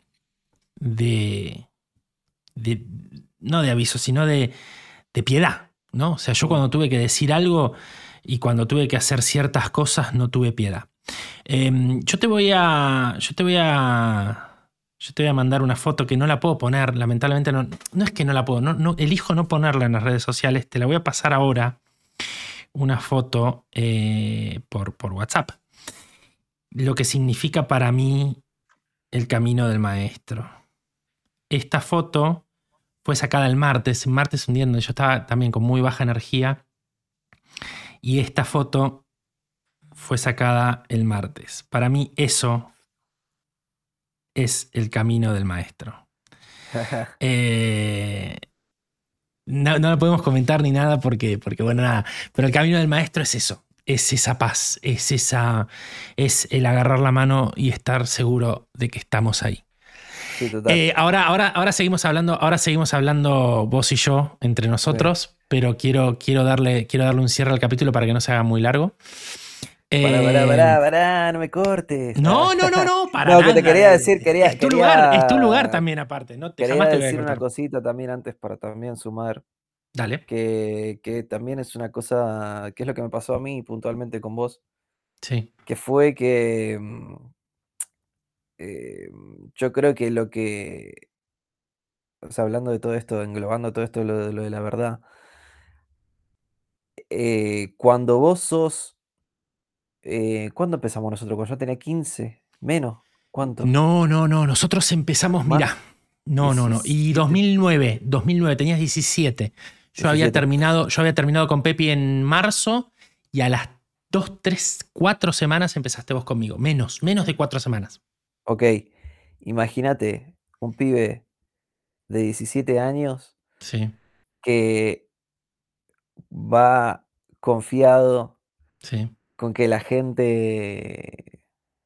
de, de no de aviso, sino de piedad, ¿no? O sea, yo mm. cuando tuve que decir algo y cuando tuve que hacer ciertas cosas, no tuve piedad. Yo te voy a mandar una foto que no la puedo poner, lamentablemente no es que no la puedo, elijo no ponerla en las redes sociales, te la voy a pasar ahora, una foto por WhatsApp. Lo que significa para mí el camino del maestro. Esta foto fue sacada el martes, un día donde yo estaba también con muy baja energía, y esta foto fue sacada el martes. Para mí eso es el camino del maestro. Eh, no lo podemos comentar ni nada porque, bueno, nada, pero el camino del maestro es eso, es esa paz, es el agarrar la mano y estar seguro de que estamos ahí. Sí, total. Ahora seguimos hablando vos y yo entre Sí. nosotros, pero quiero darle un cierre al capítulo para que no se haga muy largo. Eh, No me cortes. no, no, no, no, para No, que te nada. quería decir, Es tu lugar también aparte, no quería jamás te voy a decir una cortar. cosita también antes para también sumar, Dale. que también es una cosa, que es lo que me pasó a mí puntualmente con vos, Sí. que fue que yo creo que o sea, hablando de todo esto, englobando todo esto, lo de la verdad, cuando vos sos, ¿cuándo empezamos nosotros? Cuando yo tenía 15 menos, ¿cuánto? No, no, no. Nosotros empezamos, mira. ¿Más? No, no, no. Y 17, 2009, tenías 17. diecisiete. Yo había terminado con Pepi en marzo y a las 2, 3, 4 semanas empezaste vos conmigo. Menos de 4 semanas. Ok, imagínate un pibe de 17 años Sí, que va confiado sí, con que la gente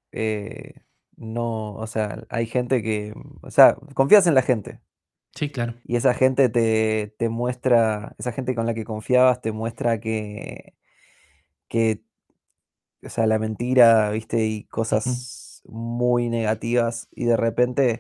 no, o sea, hay gente que, o sea, confías en la gente sí, claro. y esa gente te muestra, esa gente con la que confiabas te muestra que, o sea, la mentira, viste, y Ujú. cosas muy negativas y de repente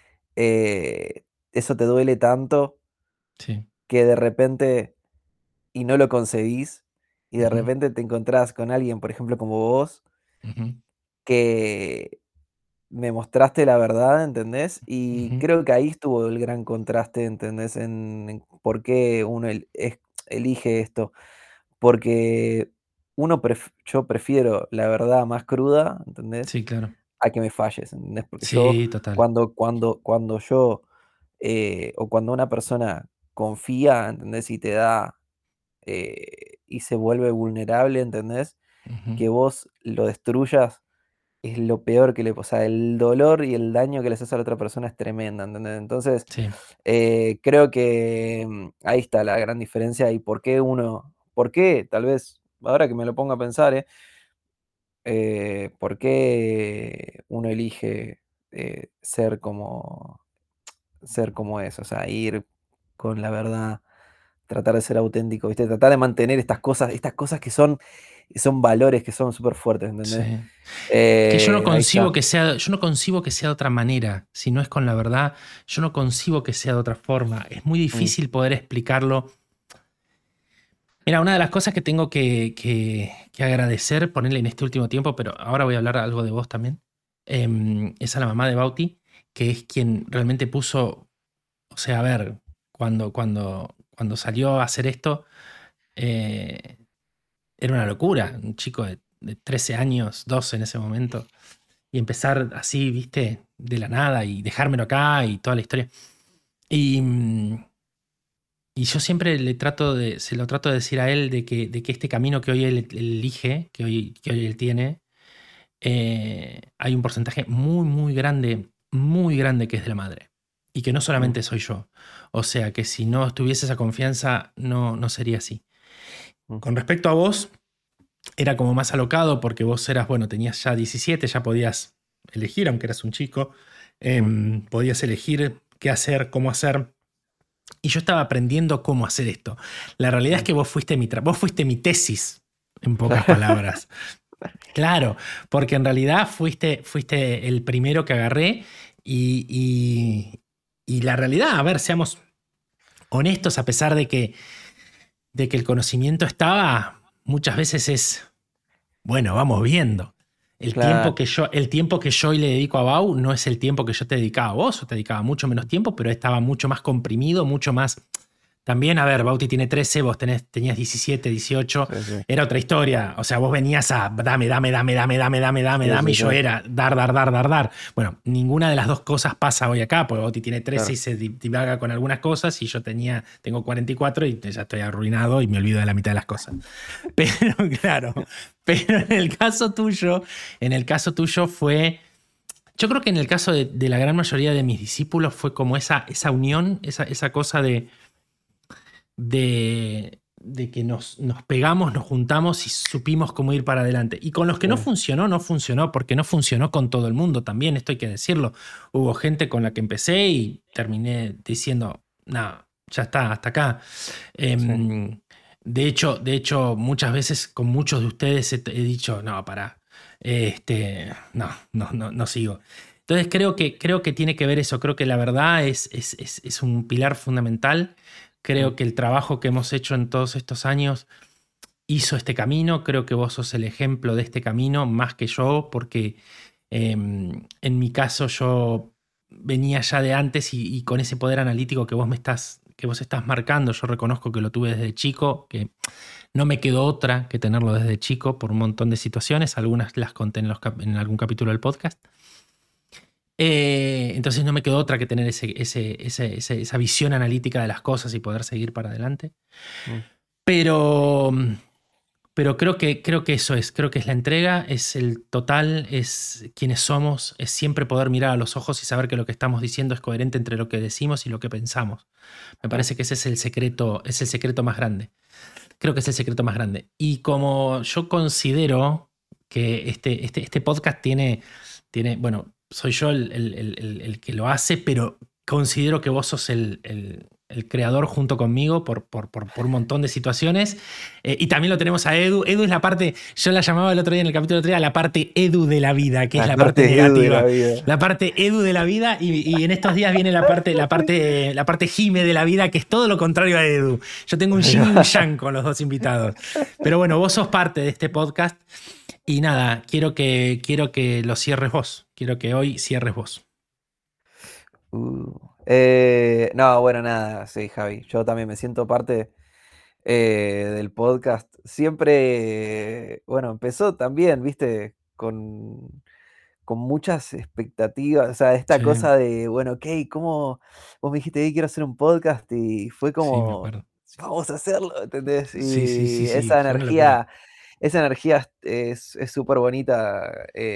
eso te duele tanto Sí. que de repente y no lo concebís, y de Ujú, repente te encontrás con alguien, por ejemplo, como vos, ujú, que me mostraste la verdad, ¿entendés? Y ujú. creo que ahí estuvo el gran contraste, ¿entendés? En por qué uno elige esto. Porque yo prefiero la verdad más cruda, ¿entendés? Sí, claro. A que me falles, ¿entendés? Porque yo, Sí, total. cuando yo, o cuando una persona confía, ¿entendés? Y te da y se vuelve vulnerable, ¿entendés? Ujú. Que vos lo destruyas es lo peor que o sea, el dolor y el daño que le haces a la otra persona es tremenda, ¿entendés? Entonces, Sí. creo que ahí está la gran diferencia y por qué, tal vez, ahora que me lo pongo a pensar, por qué uno elige ser como es, o sea, ir con la verdad, tratar de ser auténtico, ¿viste? Tratar de mantener estas cosas que son valores que son súper fuertes, ¿entendés? Sí. Es que Ahí está. yo no concibo que sea de otra manera. Si no es con la verdad, yo no concibo que sea de otra forma. Es muy Mm, difícil poder explicarlo. Mira, una de las cosas que tengo que agradecer, ponerle en este último tiempo, pero ahora voy a hablar algo de vos también, es a la mamá de Bauti, que es quien realmente puso, o sea, a ver, cuando salió a hacer esto, eh, era una locura, un chico de 13 años, 12 en ese momento, y empezar así, viste, de la nada y dejármelo acá y toda la historia. Y, y yo siempre se lo trato de decir a él de que este camino que hoy él elige, que hoy él tiene, hay un porcentaje muy grande que es de la madre. Y que no mm, solamente soy yo. O sea que si no estuviese esa confianza, no sería así. mm, Con respecto a vos, era como más alocado porque vos eras, bueno, tenías ya 17, ya podías elegir, aunque eras un chico, mm, podías elegir qué hacer, cómo hacer. Y yo estaba aprendiendo cómo hacer esto. La realidad es mm. que vos fuiste mi tesis, en pocas palabras. Claro, porque en realidad fuiste el primero que agarré y la realidad, a ver, seamos honestos, a pesar de que el conocimiento estaba, muchas veces es, bueno, vamos viendo. Claro, El tiempo que yo hoy le dedico a Bau no es el tiempo que yo te dedicaba a vos, o te dedicaba mucho menos tiempo, pero estaba mucho más comprimido, mucho más. También, a ver, Bauti tiene 13, vos tenías 17, 18, sí, sí, era otra historia. O sea, vos venías a sí, dame, y sí, yo sí, era dar. Bueno, ninguna de las dos cosas pasa hoy acá, porque Bauti tiene 13 y claro, se divaga con algunas cosas, y yo tengo 44 y ya estoy arruinado y me olvido de la mitad de las cosas. Pero claro, pero en el caso tuyo fue. Yo creo que en el caso de la gran mayoría de mis discípulos fue como esa unión, esa cosa de de que nos pegamos, nos juntamos y supimos cómo ir para adelante. Y con los que no Sí, funcionó, no funcionó, porque no funcionó con todo el mundo también, esto hay que decirlo. Hubo gente con la que empecé y terminé diciendo, no, ya está, hasta acá. sí. Em, de hecho, muchas veces con muchos de ustedes he dicho, no, pará, no sigo. Entonces creo que tiene que ver eso, creo que la verdad es un pilar fundamental. Mm, Creo que el trabajo que hemos hecho en todos estos años hizo este camino. Creo que vos sos el ejemplo de este camino más que yo, porque en mi caso yo venía ya de antes y con ese poder analítico que vos estás marcando, yo reconozco que lo tuve desde chico, que no me quedó otra que tenerlo desde chico por un montón de situaciones. Algunas las conté en algún capítulo del podcast. Entonces no me quedó otra que tener esa visión analítica de las cosas y poder seguir para adelante. mm, Pero, pero creo que eso es, creo que es la entrega, es el total, es quienes somos, es siempre poder mirar a los ojos y saber que lo que estamos diciendo es coherente entre lo que decimos y lo que pensamos. Me mm, parece que ese es el secreto más grande. Creo que es el secreto más grande. Y como yo considero que este podcast bueno, soy yo el que lo hace, pero considero que vos sos el creador junto conmigo por un montón de situaciones. Y también lo tenemos a Edu. Edu es la parte, yo la llamaba el otro día en el capítulo del otro día, la parte Edu de la vida, que es La la parte parte Edu de la negativa. vida. La parte Edu de la vida y en estos días viene la parte Jime de la vida, que es todo lo contrario a Edu. Yo tengo un yin y un yang con los dos invitados. Pero bueno, vos sos parte de este podcast y nada, quiero que lo cierres vos. Quiero que hoy cierres vos. Uh, no, bueno, nada, sí, Javi. Yo también me siento parte del podcast. Siempre, bueno, empezó también, viste, con muchas expectativas. O sea, esta Sí, cosa de, bueno, ok, ¿cómo? Vos me dijiste, "Hey, quiero hacer un podcast", y fue sí, me como, acuerdo. vamos a hacerlo, ¿entendés? Sí, sí, sí, Y sí, fue una locura. esa energía es súper bonita.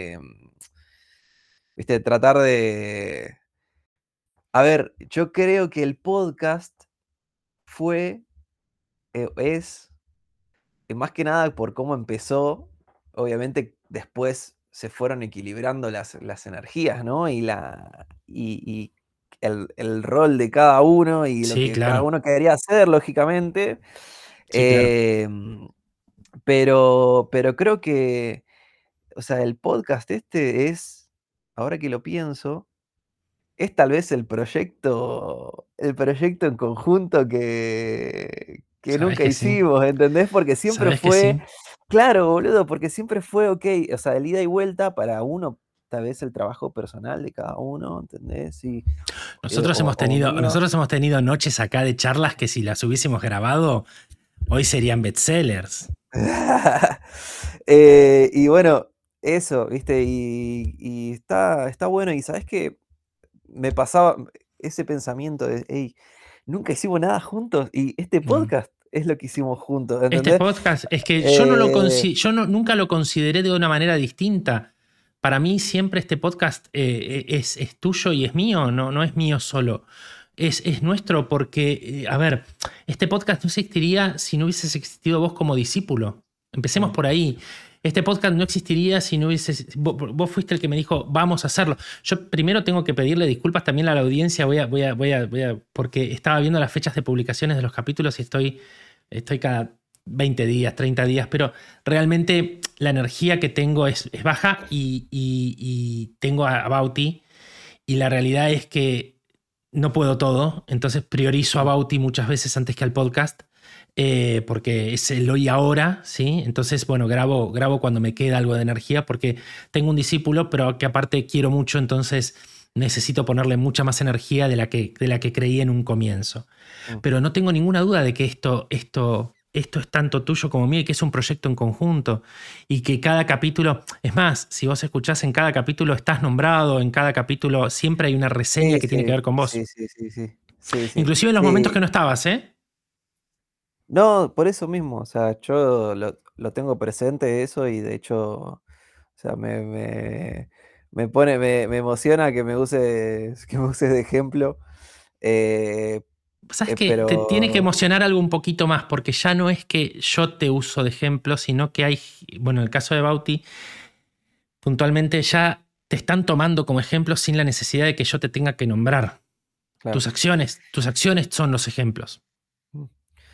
Viste, tratar de. A ver, yo creo que el podcast fue, es, más que nada por cómo empezó. Obviamente después se fueron equilibrando las energías, ¿no? Y el rol de cada uno y lo Sí, que cada claro, uno quería hacer, lógicamente. sí, claro. Em, pero creo que, o sea, el podcast este es, ahora que lo pienso, es tal vez el proyecto en conjunto que Sabes nunca que sí, hicimos, ¿entendés? Porque siempre sabes que fue, sí. claro, boludo, porque siempre fue, okey, o sea, el ida y vuelta para uno, tal vez el trabajo personal de cada uno, ¿entendés? Nosotros hemos O tenido, mío. nosotros hemos tenido noches acá de charlas que si las hubiésemos grabado, hoy serían bestsellers. Y bueno, eso, ¿viste? Y está bueno, y ¿sabés qué? Me pasaba ese pensamiento de: "Hey, nunca hicimos nada juntos, y este No. podcast es lo que hicimos juntos", Este ¿entendés? podcast es que yo no lo Eh, nunca lo consideré de una manera distinta. Para mí siempre este podcast es tuyo y es mío, no es mío solo. Es nuestro porque, a ver, este podcast no existiría si no hubieses existido vos como discípulo. Empecemos mm, por ahí. Este podcast no existiría si no hubieses. Vos fuiste el que me dijo, vamos a hacerlo. Yo primero tengo que pedirle disculpas también a la audiencia, porque estaba viendo las fechas de publicaciones de los capítulos y estoy cada 20 días, 30 días, pero realmente la energía que tengo es baja y tengo a Bauti y la realidad es que no puedo todo, entonces priorizo a mm, Bauti muchas veces antes que al podcast. Porque es el hoy y ahora, ¿sí? Entonces, bueno, grabo cuando me queda algo de energía porque tengo un discípulo, pero que aparte quiero mucho, entonces necesito ponerle mucha más energía de la que creí en un comienzo. mm. Pero no tengo ninguna duda de que esto es tanto tuyo como mío y que es un proyecto en conjunto y que cada capítulo, es más, si vos escuchás en cada capítulo estás nombrado, en cada capítulo siempre hay una reseña Sí, que tiene que sí, ver con vos. sí, sí, sí, sí, sí, sí, Inclusive en los momentos sí. que no estabas, ¿eh? No, por eso mismo, o sea, yo lo tengo presente eso, y de hecho, o sea, me emociona que me uses de ejemplo. ¿Sabes qué? Te tiene que pero emocionar algo un poquito más, porque ya no es que yo te uso de ejemplo, sino que hay, bueno, en el caso de Bauti, puntualmente ya te están tomando como ejemplo sin la necesidad de que yo te tenga que nombrar. claro. Tus acciones son los ejemplos. Mm.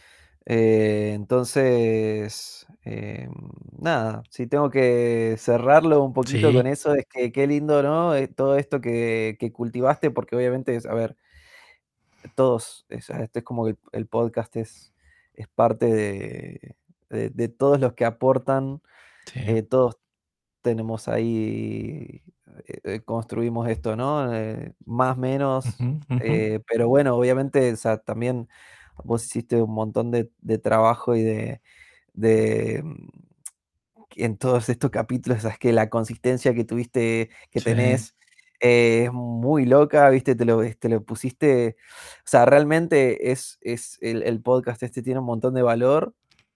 Entonces, nada, si tengo que cerrarlo un poquito con Sí, eso, es que qué lindo, ¿no? Todo esto que cultivaste, porque obviamente, a ver, todos, o sea, esto es como que el podcast es parte de todos los que aportan, sí. todos tenemos ahí, construimos esto, ¿no? Más, menos, Ujú, ujú. pero bueno, obviamente, o sea, también vos hiciste un montón de trabajo y de, en todos estos capítulos, sabes que la consistencia que tuviste, que Sí, tenés, es muy loca, ¿viste? Te lo pusiste, o sea, realmente es el podcast este tiene un montón de valor,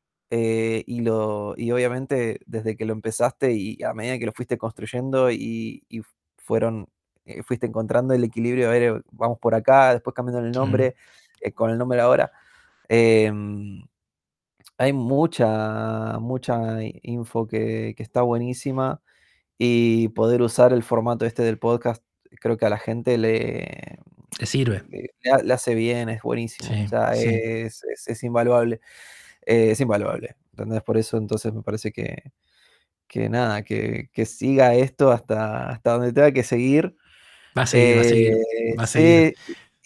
y obviamente desde que lo empezaste y a medida que lo fuiste construyendo y fueron, fuiste encontrando el equilibrio, a ver, vamos por acá, después cambiando el sí. nombre, con el nombre ahora. em, Hay mucha info que está buenísima y poder usar el formato este del podcast, creo que a la gente Te sirve. le hace bien, es buenísimo. O Sí, sea, sí. es invaluable, es invaluable, ¿entendés? Por eso entonces me parece que nada, que siga esto hasta donde tenga que seguir. Va a seguir, va a seguir, va a seguir. Sí,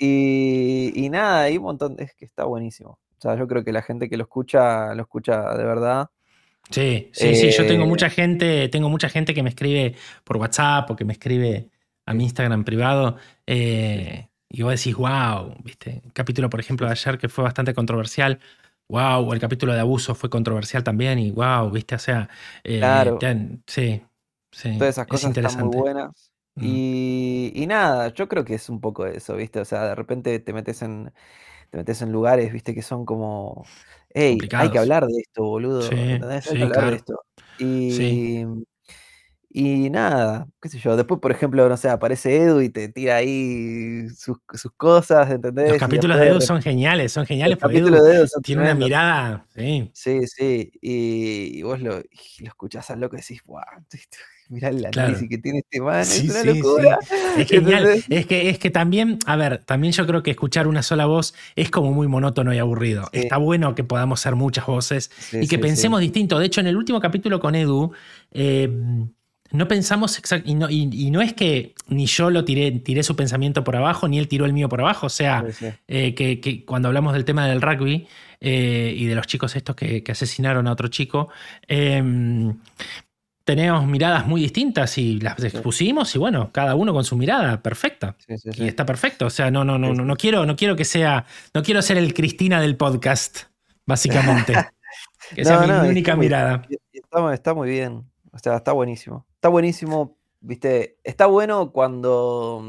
y nada, hay un montón, es que está buenísimo. O sea, yo creo que la gente que lo escucha de verdad. Sí, sí, sí. Yo Eh, tengo mucha gente que me escribe por WhatsApp o que me escribe a mi sí, Instagram privado. sí, sí, Y vos decís, wow, ¿viste? El capítulo, por ejemplo, sí, de sí. ayer que fue bastante controversial. Wow, el capítulo de abuso fue controversial también. Y wow, ¿viste? O sea, Claro, sí, sí, todas esas es cosas están muy interesante. buenas. Mm. Y nada, yo creo que es un poco eso, ¿viste? O sea, de repente te metes en lugares, ¿viste? Que son como, hey, hay que Complicados. hablar de esto, boludo, Sí, ¿entendés? Hay que sí, hablar de claro. esto. Sí. Y nada, qué sé yo, después, por ejemplo, no sé, aparece Edu y te tira ahí sus cosas, Los ¿entendés? Y capítulos de después Edu son los geniales, porque capítulos Edu de Edu son tiene una tremendos. mirada, sí. Sí, sí, y vos lo escuchás al loco y decís: "Guau, mirá el Claro. análisis que tiene este man, es Sí, una sí, sí. locura". Es genial. ¿Entendés? Es que también, a ver, también yo creo que escuchar una sola voz es como muy monótono y aburrido. Sí, Está bueno que podamos ser muchas voces sí, y que sí, sí, pensemos distinto. De hecho, en el último capítulo con Edu, eh, no pensamos exactamente. Y no es que ni yo tiré su pensamiento por abajo, ni él tiró el mío por abajo. O sea, sí, sí, que cuando hablamos del tema del rugby y de los chicos estos que asesinaron a otro chico, tenemos miradas muy distintas y las sí, expusimos y bueno, cada uno con su mirada perfecta. sí, sí, Y sí, está perfecto. O sea, no, no, no, sí, no, sí. no quiero que sea, no quiero ser el Cristina del podcast, básicamente. Que sea No, no, mi y está única muy mirada. está muy bien. O sea, está buenísimo. Está buenísimo, ¿viste? Está bueno cuando,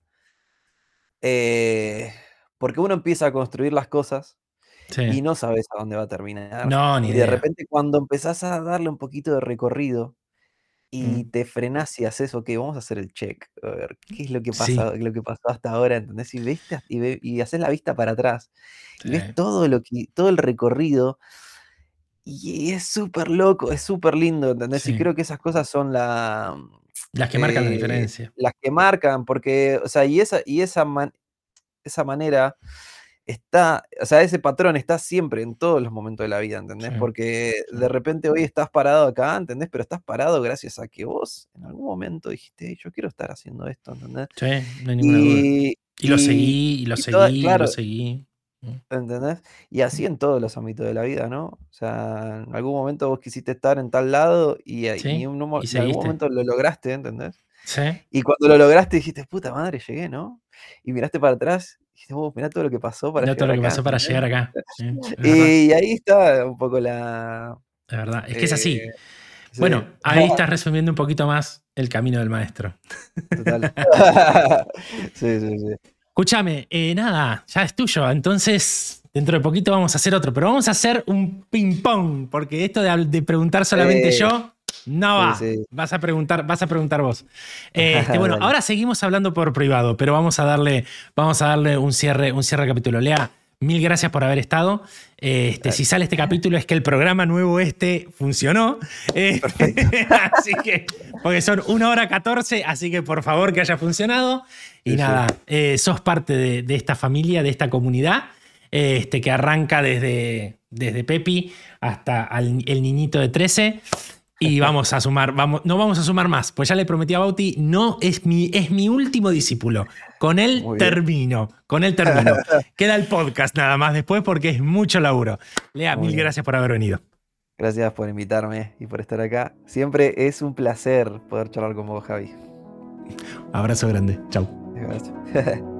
eh, porque uno empieza a construir las cosas Sí. y no sabes a dónde va a terminar. No, ni Y de idea. repente cuando empezás a darle un poquito de recorrido y Mm. te frenás y haces, okey, vamos a hacer el check, a ver, ¿qué es Sí, lo que pasó hasta ahora? ¿Entendés? Y haces la vista para atrás y ves sí, todo el recorrido y es súper loco, es súper lindo, ¿entendés? Y sí. creo que esas cosas son Las que marcan la diferencia. las que marcan, porque, o sea, esa manera está, o sea, ese patrón está siempre en todos los momentos de la vida, ¿entendés? Sí, Porque sí. de repente hoy estás parado acá, ¿entendés? Pero estás parado gracias a que vos en algún momento dijiste: "Hey, yo quiero estar haciendo esto", ¿entendés? Sí, no hay ninguna duda. Y Y lo y seguí, y lo y toda seguí, y lo claro, seguí. Mm, ¿entendés? Y así mm. en todos los ámbitos de la vida, ¿no? O sea, en algún momento vos quisiste estar en tal lado y Sí, y en algún seguiste. momento lo lograste, ¿entendés? Sí. Y cuando lo lograste dijiste: "Puta madre, llegué", ¿no? Y miraste para atrás y dijiste: mirá todo lo que pasó para Mira todo llegar lo que acá", pasó para ¿entendés? llegar acá. Sí, es verdad. Y ahí está un poco la Es verdad. Es que es eh, así. sí, Bueno, ahí estás resumiendo un poquito más el camino del maestro. total. Sí, sí, sí. Escúchame, nada, ya es tuyo. Entonces, dentro de poquito vamos a hacer otro, pero vamos a hacer un ping-pong, porque esto de preguntar solamente Sí, yo, no sí, va. sí. Vas a preguntar vos. Bueno, Dale. ahora seguimos hablando por privado, pero vamos a darle un cierre al capítulo. Lea, Mil gracias por haber estado. Si sale este capítulo es que el programa nuevo funcionó. Así que, porque son 1 hora 14, así que por favor que haya funcionado. Y Sí, nada, sos parte de esta familia, de esta comunidad, que arranca desde Pepi hasta el niñito de 13. Y vamos a sumar, no vamos a sumar más, pues ya le prometí a Bauti, no es mi último discípulo. Con él Muy bien. termino. Queda el podcast nada más después porque es mucho laburo. Lea, Muy mil bien. gracias por haber venido. Gracias por invitarme y por estar acá. Siempre es un placer poder charlar con vos, Javi. Abrazo grande. Chau. Gracias.